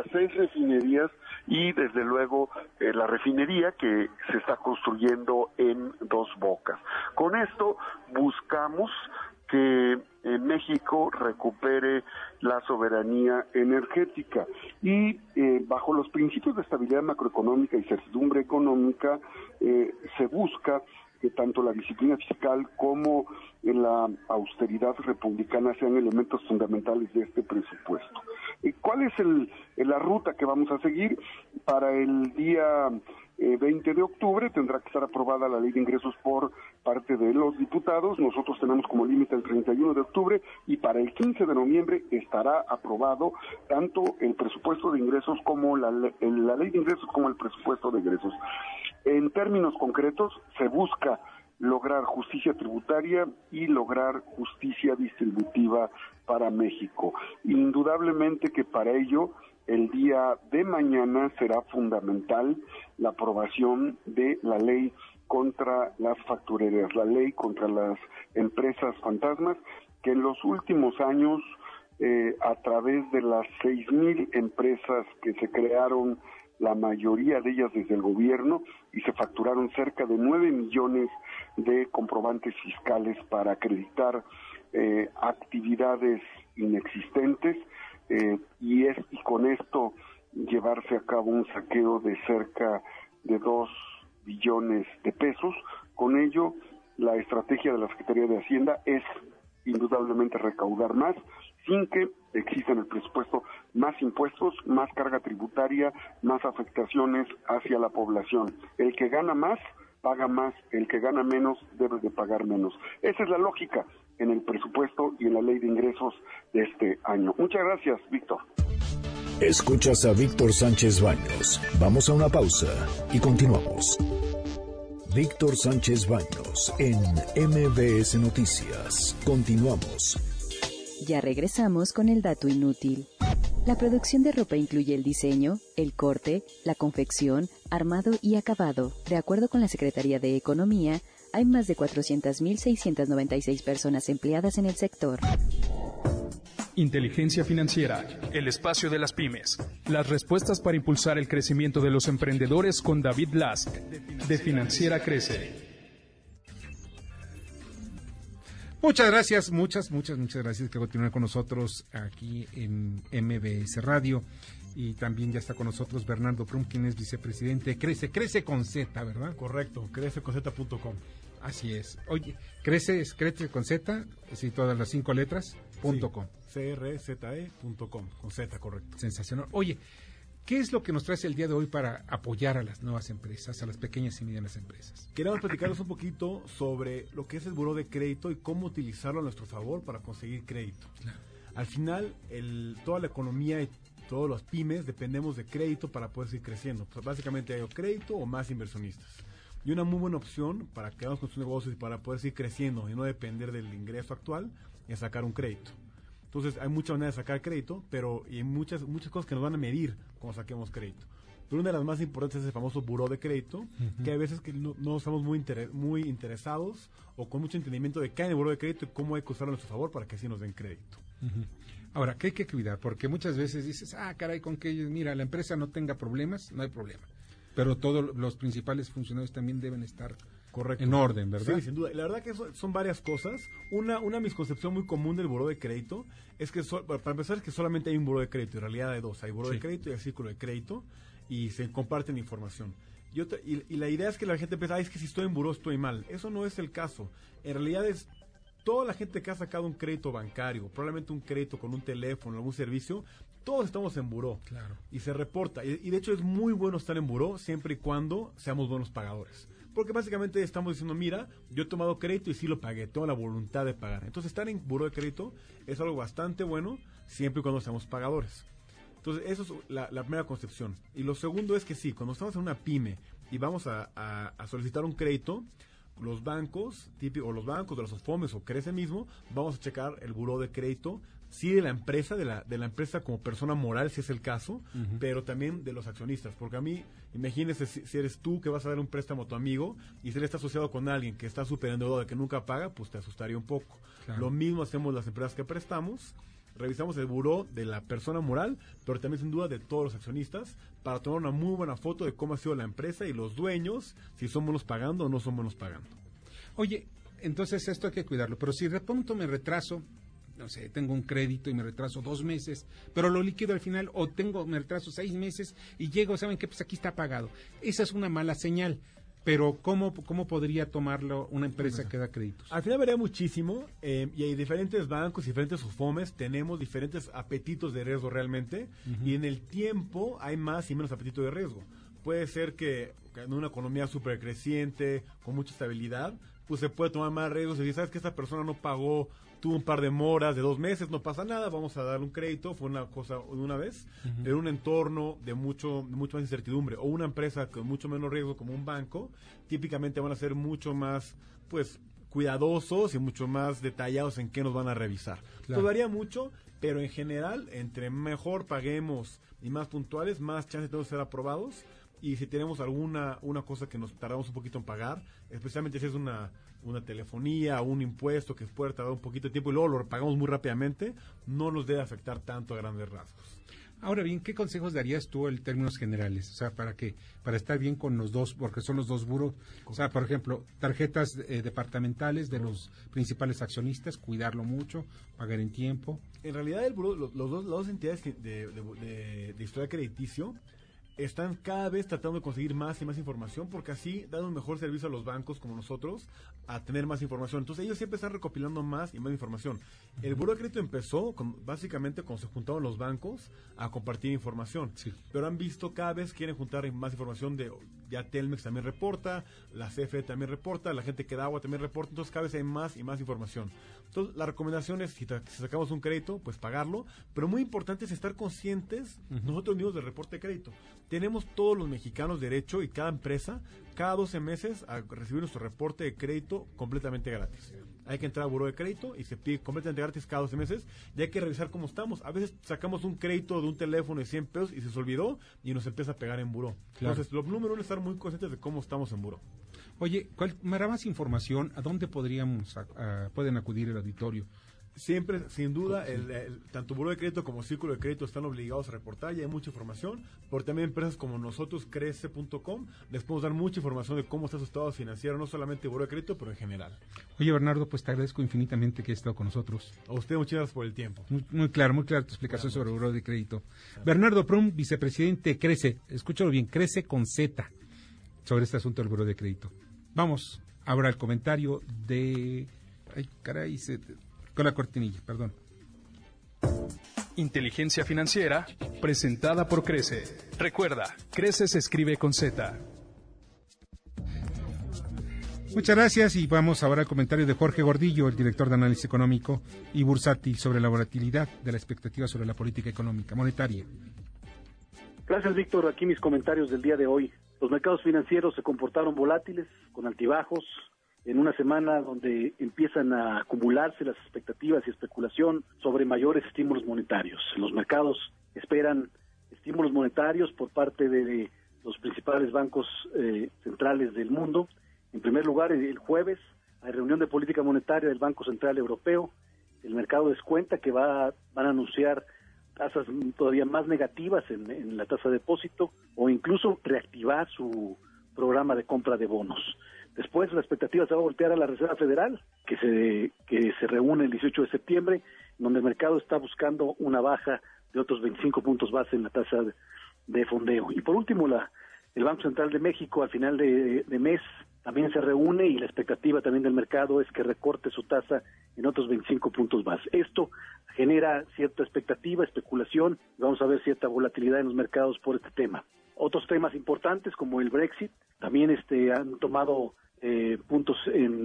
y desde luego la refinería que se está construyendo en Dos Bocas. Con esto buscamos que México recupere la soberanía energética y bajo los principios de estabilidad macroeconómica y certidumbre económica se busca que tanto la disciplina fiscal como la austeridad republicana sean elementos fundamentales de este presupuesto. ¿Cuál es la ruta que vamos a seguir? Para el día 20 de octubre tendrá que estar aprobada la ley de ingresos por parte de los diputados. Nosotros tenemos como límite el 31 de octubre y para el 15 de noviembre estará aprobado tanto el presupuesto de ingresos como la ley de ingresos como el presupuesto de egresos. En términos concretos, se busca lograr justicia tributaria y lograr justicia distributiva para México. Indudablemente que para ello el día de mañana será fundamental la aprobación de la ley contra las facturerías, la ley contra las empresas fantasmas, que en los últimos años, a través de las 6,000 empresas que se crearon, la mayoría de ellas desde el gobierno, y se facturaron cerca de 9 millones de comprobantes fiscales para acreditar actividades inexistentes, y con esto llevarse a cabo un saqueo de cerca de 2 billones de pesos. Con ello, la estrategia de la Secretaría de Hacienda es indudablemente recaudar más, sin que exista en el presupuesto más impuestos, más carga tributaria, más afectaciones hacia la población. El que gana más, paga más, el que gana menos, debe de pagar menos. Esa es la lógica en el presupuesto y en la ley de ingresos de este año. Muchas gracias, Víctor. Escuchas a Víctor Sánchez Baños. Vamos a una pausa y continuamos. Víctor Sánchez Baños en MBS Noticias. Continuamos. Ya regresamos con el dato inútil. La producción de ropa incluye el diseño, el corte, la confección, armado y acabado. De acuerdo con la Secretaría de Economía, hay más de 400.696 personas empleadas en el sector. Inteligencia Financiera, el espacio de las pymes. Las respuestas para impulsar el crecimiento de los emprendedores con David Lask, de Financiera Crece. Muchas gracias, muchas gracias que continúen con nosotros aquí en MBS Radio. Y también ya está con nosotros Bernardo Prum, quien es vicepresidente de Crece con Z, ¿verdad? Correcto, crececonz.com. Así es. Oye, Crece con Z, sí, todas las 5 letras, .com. crze.com, con Z, correcto. Sensacional. Oye, ¿qué es lo que nos traes el día de hoy para apoyar a las nuevas empresas, a las pequeñas y medianas empresas? Queremos platicarles un poquito sobre lo que es el buró de crédito y cómo utilizarlo a nuestro favor para conseguir crédito. Claro. Al final, toda la economía y todos los pymes dependemos de crédito para poder seguir creciendo. Pues básicamente hay crédito o más inversionistas. Y una muy buena opción para quedarnos con sus negocios y para poder seguir creciendo y no depender del ingreso actual es sacar un crédito. Entonces hay muchas maneras de sacar crédito, pero y hay muchas cosas que nos van a medir cuando saquemos crédito. Pero una de las más importantes es el famoso buró de crédito, que hay veces que no estamos muy interesados o con mucho entendimiento de qué hay en el buró de crédito y cómo hay que usarlo a nuestro favor para que así nos den crédito. Ahora, ¿qué hay que cuidar? Porque muchas veces dices, caray, con que mira, la empresa no tenga problemas, no hay problema. Pero todos los principales funcionarios también deben estar en orden, ¿verdad? Sí, sin duda. La verdad que son varias cosas. Una misconcepción muy común del buró de crédito es que, para empezar, es que solamente hay un buró de crédito. En realidad hay dos. Hay buró de crédito y hay círculo de crédito y se comparten información. Y la idea es que la gente piensa, es que si estoy en buró estoy mal. Eso no es el caso. En realidad es toda la gente que ha sacado un crédito bancario, probablemente un crédito con un teléfono, algún servicio, todos estamos en buró. Claro. Y se reporta. Y de hecho es muy bueno estar en buró siempre y cuando seamos buenos pagadores. Porque básicamente estamos diciendo, mira, yo he tomado crédito y sí lo pagué, tengo la voluntad de pagar. Entonces estar en buró de crédito es algo bastante bueno siempre y cuando seamos pagadores. Entonces eso es la primera concepción. Y lo segundo es que sí, cuando estamos en una pyme y vamos a solicitar un crédito, los bancos, o los bancos de los OFOMES o Crece mismo, vamos a checar el buró de crédito, sí de la empresa, de la empresa como persona moral, si es el caso, pero también de los accionistas, porque a mí, imagínese si eres tú que vas a dar un préstamo a tu amigo y si él está asociado con alguien que está súper endeudado, que nunca paga, pues te asustaría un poco. Claro. Lo mismo hacemos las empresas que prestamos, revisamos el buró de la persona moral, pero también sin duda de todos los accionistas, para tomar una muy buena foto de cómo ha sido la empresa y los dueños, si son buenos pagando o no son buenos pagando. Oye, entonces esto hay que cuidarlo, pero si de pronto me retraso, no sé, tengo un crédito y me retraso 2 meses, pero lo liquido al final, o me retraso 6 meses y llego, ¿saben qué? Pues aquí está pagado. Esa es una mala señal. Pero ¿cómo podría tomarlo una empresa que da créditos? Al final varía muchísimo y hay diferentes bancos, diferentes UFOMES, tenemos diferentes apetitos de riesgo realmente y en el tiempo hay más y menos apetito de riesgo. Puede ser que en una economía súper creciente, con mucha estabilidad, pues se puede tomar más riesgos y si sabes que esta persona no pagó, tuvo un par de moras de 2 meses, no pasa nada, vamos a darle un crédito, fue una cosa de una vez, en un entorno de mucho más incertidumbre, o una empresa con mucho menos riesgo como un banco, típicamente van a ser mucho más, pues, cuidadosos y mucho más detallados en qué nos van a revisar. Claro. Todo varía mucho, pero en general, entre mejor paguemos y más puntuales, más chances tenemos de ser aprobados, y si tenemos una cosa que nos tardamos un poquito en pagar, especialmente si es una telefonía o un impuesto que puede tardar un poquito de tiempo y luego lo pagamos muy rápidamente, no nos debe afectar tanto a grandes rasgos. Ahora bien, ¿qué consejos darías tú en términos generales? O sea, para estar bien con los dos, porque son los dos buros. O sea, por ejemplo, tarjetas departamentales de los principales accionistas, cuidarlo mucho, pagar en tiempo. En realidad, el buró, las dos entidades de historial crediticio, están cada vez tratando de conseguir más y más información, porque así dan un mejor servicio a los bancos como nosotros a tener más información. Entonces ellos siempre están recopilando más y más información. El Buró de Crédito empezó básicamente cuando se juntaban los bancos a compartir información, sí. Pero han visto cada vez quieren juntar más información ya Telmex también reporta, la CFE también reporta, la gente que da agua también reporta, entonces cada vez hay más y más información. Entonces la recomendación es, si sacamos un crédito, pues pagarlo, pero muy importante es estar conscientes nosotros mismos del reporte de crédito. Tenemos todos los mexicanos derecho, y cada empresa, cada 12 meses, a recibir nuestro reporte de crédito completamente gratis. Hay que entrar a Buró de Crédito y se pide completamente gratis cada 12 meses, y hay que revisar cómo estamos. A veces sacamos un crédito de un teléfono de 100 pesos y se olvidó y nos empieza a pegar en Buró. Claro. Entonces, lo número uno es estar muy conscientes de cómo estamos en Buró. Oye, para más información, ¿a dónde pueden acudir el auditorio? Siempre, sin duda, tanto Buró de Crédito como Círculo de Crédito están obligados a reportar, y hay mucha información, porque también empresas como nosotros, crece.com, les podemos dar mucha información de cómo está su estado financiero, no solamente Buró de Crédito, pero en general. Oye, Bernardo, pues te agradezco infinitamente que hayas estado con nosotros. A usted, muchas gracias por el tiempo. Muy clara tu explicación sobre Buró de Crédito. Bernardo Prum, vicepresidente Crece, escúchalo bien, Crece con Z, sobre este asunto del Buró de Crédito. Vamos ahora al comentario de... Ay, caray, con la cortinilla, perdón. Inteligencia financiera, presentada por Crece. Recuerda, Crece se escribe con Z. Muchas gracias, y vamos ahora al comentario de Jorge Gordillo, el director de análisis económico y bursátil, sobre la volatilidad de la expectativa sobre la política económica monetaria. Gracias, Víctor. Aquí mis comentarios del día de hoy. Los mercados financieros se comportaron volátiles, con altibajos, en una semana donde empiezan a acumularse las expectativas y especulación sobre mayores estímulos monetarios. Los mercados esperan estímulos monetarios por parte de los principales bancos centrales del mundo. En primer lugar, el jueves hay reunión de política monetaria del Banco Central Europeo. El mercado descuenta que van a anunciar tasas todavía más negativas en la tasa de depósito, o incluso reactivar su programa de compra de bonos. Después la expectativa se va a voltear a la Reserva Federal, que se reúne el 18 de septiembre, donde el mercado está buscando una baja de otros 25 puntos base en la tasa de fondeo. Y por último, el Banco Central de México al final de mes también se reúne, y la expectativa también del mercado es que recorte su tasa en otros 25 puntos base. Esto genera cierta expectativa, especulación, y vamos a ver cierta volatilidad en los mercados por este tema. Otros temas importantes como el Brexit también han tomado puntos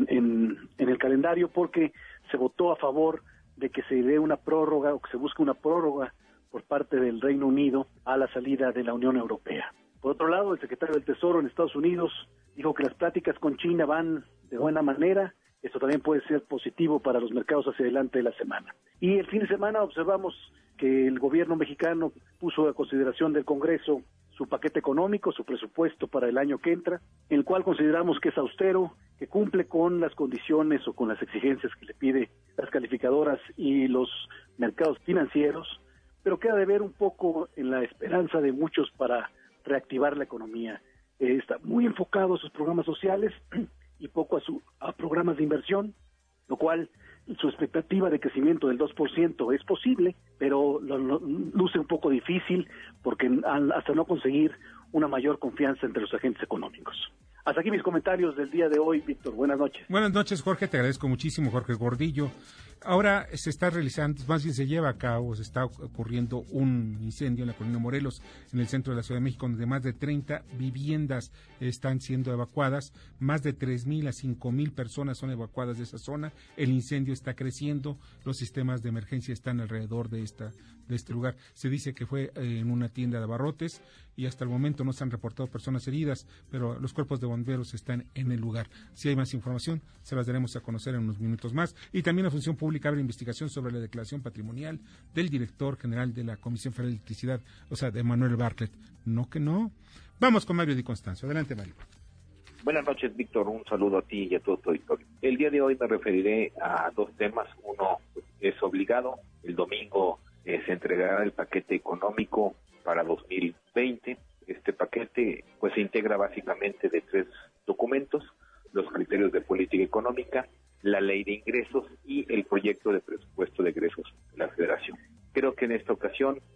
en el calendario, porque se votó a favor de que se dé una prórroga, o que se busque una prórroga por parte del Reino Unido a la salida de la Unión Europea. Por otro lado, el secretario del Tesoro en Estados Unidos dijo que las pláticas con China van de buena manera. Esto también puede ser positivo para los mercados hacia adelante de la semana. Y el fin de semana observamos que el gobierno mexicano puso a consideración del Congreso su paquete económico, su presupuesto para el año que entra, en el cual consideramos que es austero, que cumple con las condiciones o con las exigencias que le pide las calificadoras y los mercados financieros, pero queda de ver un poco en la esperanza de muchos para reactivar la economía. Está muy enfocado a sus programas sociales y poco a programas de inversión, lo cual su expectativa de crecimiento del 2% es posible, pero luce un poco difícil, porque hasta no conseguir una mayor confianza entre los agentes económicos. Hasta aquí mis comentarios del día de hoy, Víctor. Buenas noches. Buenas noches, Jorge. Te agradezco muchísimo, Jorge Gordillo. Ahora se está realizando, más bien se lleva a cabo, se está ocurriendo un incendio en la colonia Morelos, en el centro de la Ciudad de México, donde más de 30 viviendas están siendo evacuadas. Más de 3,000 a 5,000 personas son evacuadas de esa zona. El incendio está creciendo. Los sistemas de emergencia están alrededor de este lugar. Se dice que fue en una tienda de abarrotes, y hasta el momento no se han reportado personas heridas, pero los cuerpos de bomberos están en el lugar. Si hay más información, se las daremos a conocer en unos minutos más. Y también la Función Pública abre investigación sobre la declaración patrimonial del director general de la Comisión Federal de Electricidad, o sea, de Manuel Bartlett. No que no. Vamos con Mario Di Constanzo. Adelante, Mario. Buenas noches, Víctor. Un saludo a ti y a todo tu auditorio. El día de hoy me referiré a dos temas. Uno es obligado. El domingo se entregará el paquete económico para 2020. Este paquete pues se integra básicamente de 3 documentos: los criterios de política económica, la ley de ingresos y el proyecto de presupuesto de egresos de la Federación. Creo que en esta ocasión la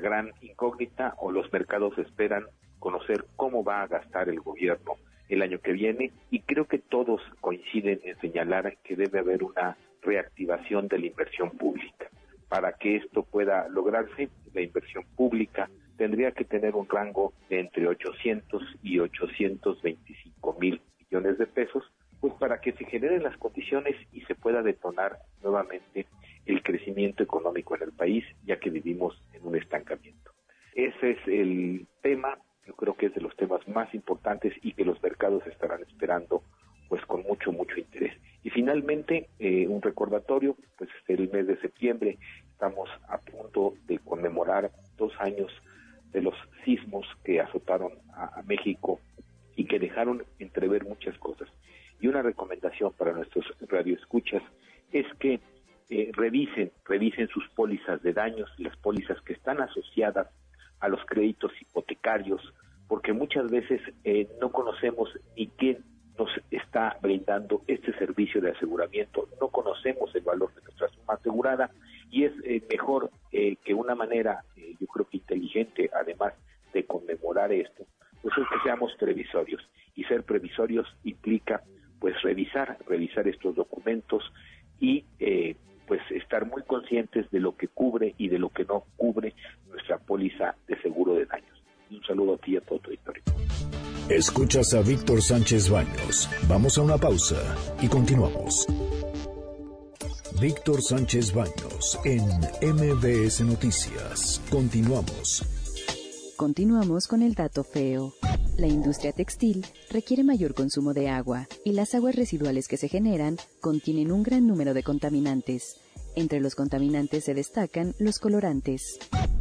gran incógnita, o los mercados esperan conocer cómo va a gastar el gobierno el año que viene, y creo que todos coinciden en señalar que debe haber una reactivación de la inversión pública. Para que esto pueda lograrse, la inversión pública tendría que tener un rango de entre 800 y 825 mil millones de pesos, pues para que se generen las condiciones y se pueda detonar nuevamente el crecimiento económico en el país, ya que vivimos en un estancamiento. Ese es el tema, yo creo que es de los temas más importantes y que los mercados estarán esperando pues con mucho interés. Y finalmente, un recordatorio, pues el mes de septiembre estamos a punto de conmemorar 2 años de los sismos que azotaron a México y que dejaron entrever muchas cosas. Y una recomendación para nuestros radioescuchas es que revisen sus pólizas de daños, las pólizas que están asociadas a los créditos hipotecarios, porque muchas veces no conocemos ni quién nos está brindando este servicio de aseguramiento, no conocemos el valor de nuestra suma asegurada, y es mejor que una manera, yo creo que inteligente, además de conmemorar esto, pues es que seamos previsorios, y ser previsorios implica pues revisar estos documentos y pues estar muy conscientes de lo que cubre y de lo que no cubre nuestra póliza de seguro de daños. Un saludo a ti y a todo tu auditorio. Escuchas a Víctor Sánchez Baños. Vamos a una pausa y continuamos. Víctor Sánchez Baños en MBS Noticias. Continuamos. Continuamos con el dato feo. La industria textil requiere mayor consumo de agua y las aguas residuales que se generan contienen un gran número de contaminantes. Entre los contaminantes se destacan los colorantes.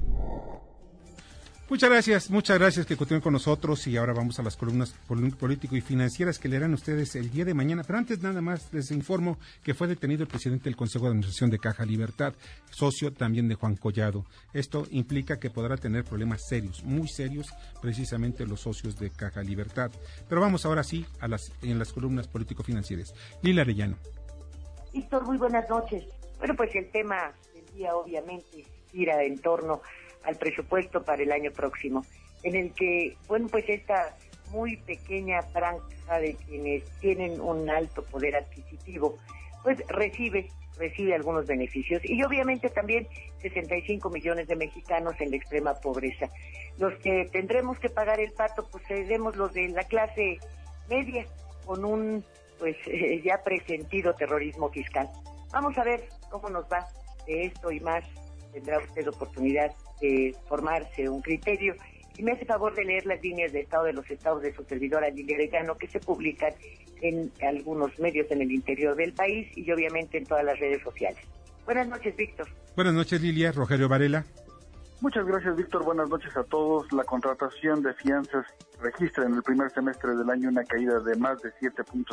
Muchas gracias que continúen con nosotros, y ahora vamos a las columnas político y financieras que leerán ustedes el día de mañana. Pero antes nada más les informo que fue detenido el presidente del Consejo de Administración de Caja Libertad, socio también de Juan Collado. Esto implica que podrá tener problemas serios, muy serios, precisamente los socios de Caja Libertad. Pero vamos ahora sí en las columnas político financieras. Lila Arellano. Víctor, muy buenas noches. Bueno, pues el tema del día obviamente gira en torno al presupuesto para el año próximo, en el que, bueno, pues esta muy pequeña franja de quienes tienen un alto poder adquisitivo, pues recibe algunos beneficios, y obviamente también 65 millones de mexicanos en la extrema pobreza. Los que tendremos que pagar el pato, pues seremos los de la clase media, con un, pues ya presentido terrorismo fiscal. Vamos a ver cómo nos va de esto y más. Tendrá usted oportunidad de formarse un criterio, y me hace favor de leer las líneas de estado de los estados de su servidora Lili Arellano, que se publican en algunos medios en el interior del país y obviamente en todas las redes sociales. Buenas noches, Víctor. Buenas noches, Lilia. Rogelio Varela. Muchas gracias, Víctor. Buenas noches a todos. La contratación de fianzas registra en el primer semestre del año una caída de más de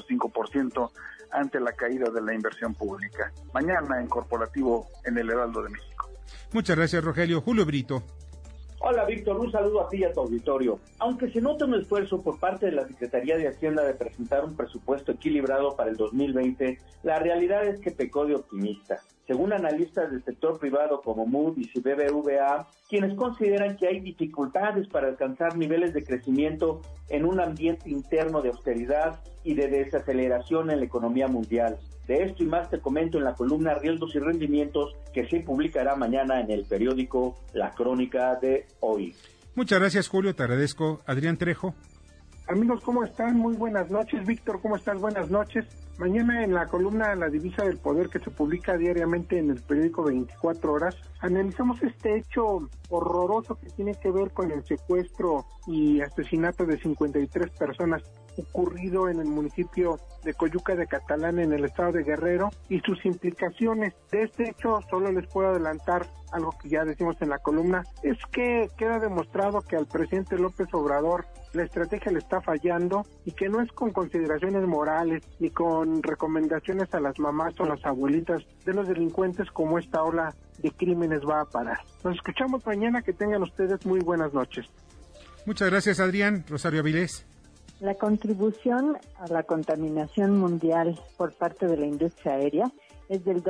7.5% ante la caída de la inversión pública. Mañana en corporativo en el Heraldo de México. Muchas gracias, Rogelio. Julio Brito. Hola, Víctor, un saludo a ti y a tu auditorio. Aunque se nota un esfuerzo por parte de la Secretaría de Hacienda de presentar un presupuesto equilibrado para el 2020, la realidad es que pecó de optimista. Según analistas del sector privado como Moody's y BBVA, quienes consideran que hay dificultades para alcanzar niveles de crecimiento en un ambiente interno de austeridad y de desaceleración en la economía mundial. De esto y más te comento en la columna Riesgos y Rendimientos, que se publicará mañana en el periódico La Crónica de Hoy. Muchas gracias, Julio, te agradezco. Adrián Trejo. Amigos, ¿cómo están? Muy buenas noches. Víctor, ¿cómo estás? Buenas noches. Mañana en la columna La Divisa del Poder, que se publica diariamente en el periódico 24 Horas, analizamos este hecho horroroso que tiene que ver con el secuestro y asesinato de 53 personas ocurrido en el municipio de Coyuca de Catalán, en el estado de Guerrero, y sus implicaciones. De este hecho solo les puedo adelantar algo que ya decimos en la columna, es que queda demostrado que al presidente López Obrador la estrategia le está fallando, y que no es con consideraciones morales ni con recomendaciones a las mamás o las abuelitas de los delincuentes como esta ola de crímenes va a parar. Nos escuchamos mañana, que tengan ustedes muy buenas noches. Muchas gracias, Adrián. Rosario Avilés. La contribución a la contaminación mundial por parte de la industria aérea es del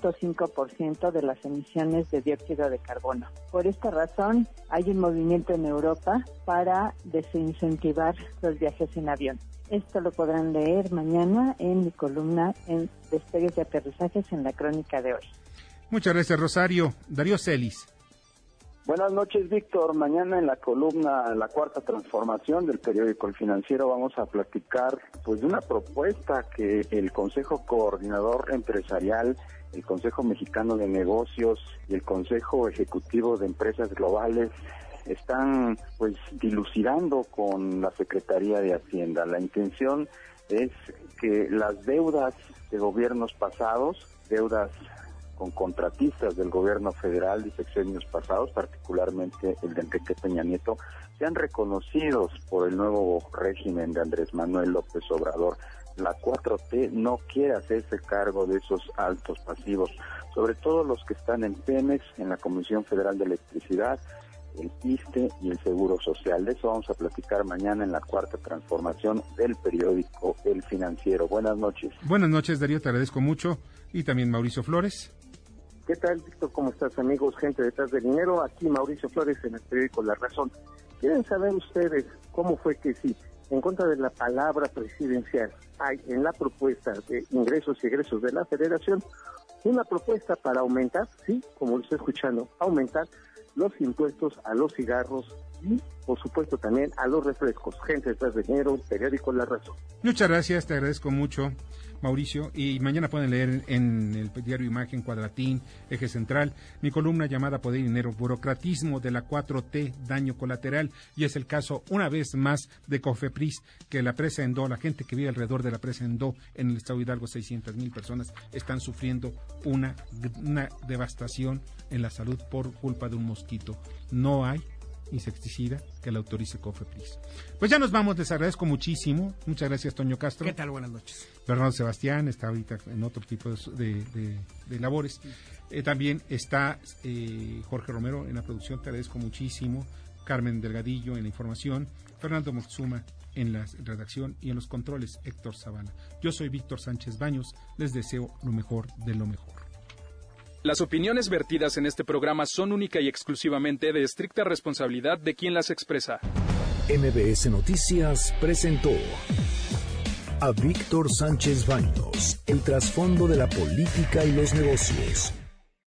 2.5% de las emisiones de dióxido de carbono. Por esta razón, hay un movimiento en Europa para desincentivar los viajes en avión. Esto lo podrán leer mañana en mi columna en Despegues y Aterrizajes en la Crónica de hoy. Muchas gracias, Rosario. Darío Celis. Buenas noches, Víctor. Mañana en la columna La Cuarta Transformación del periódico El Financiero vamos a platicar de una propuesta que el Consejo Coordinador Empresarial, el Consejo Mexicano de Negocios y el Consejo Ejecutivo de Empresas Globales están dilucidando con la Secretaría de Hacienda. La intención es que las deudas de gobiernos pasados, deudas con contratistas del gobierno federal de sexenios pasados, particularmente el de Enrique Peña Nieto, sean reconocidos por el nuevo régimen de Andrés Manuel López Obrador. La 4T no quiere hacerse cargo de esos altos pasivos, sobre todo los que están en Pemex, en la Comisión Federal de Electricidad, el ISSSTE y el Seguro Social. De eso vamos a platicar mañana en la Cuarta Transformación del periódico El Financiero. Buenas noches. Buenas noches, Darío, te agradezco mucho. Y también Mauricio Flores. ¿Qué tal, Víctor? ¿Cómo estás, amigos? Gente detrás del dinero. Aquí Mauricio Flores en el periódico La Razón. ¿Quieren saber ustedes cómo fue que sí, en contra de la palabra presidencial, hay en la propuesta de ingresos y egresos de la Federación una propuesta para aumentar, sí, como lo estoy escuchando, aumentar los impuestos a los cigarros y, por supuesto, también a los refrescos? Gente detrás del dinero, periódico La Razón. Muchas gracias, te agradezco mucho, Mauricio, y mañana pueden leer en el diario Imagen, Cuadratín, Eje Central, mi columna llamada Poder y Dinero, burocratismo de la 4T, daño colateral, y es el caso, una vez más, de Cofepris, que la presa Endó, la gente que vive alrededor de la presa Endó, en el estado de Hidalgo, 600,000 personas, están sufriendo una devastación en la salud por culpa de un mosquito. No hay insecticida que la autorice Cofepris. Pues ya nos vamos, les agradezco muchísimo. Muchas gracias, Toño Castro. ¿Qué tal? Buenas noches. Bernardo Sebastián está ahorita en otro tipo de labores. También está Jorge Romero en la producción, te agradezco muchísimo. Carmen Delgadillo en la información. Fernando Moxuma en la redacción y en los controles, Héctor Zavala. Yo soy Víctor Sánchez Baños, les deseo lo mejor de lo mejor. Las opiniones vertidas en este programa son única y exclusivamente de estricta responsabilidad de quien las expresa. MBS Noticias presentó a Víctor Sánchez Baños, el trasfondo de la política y los negocios,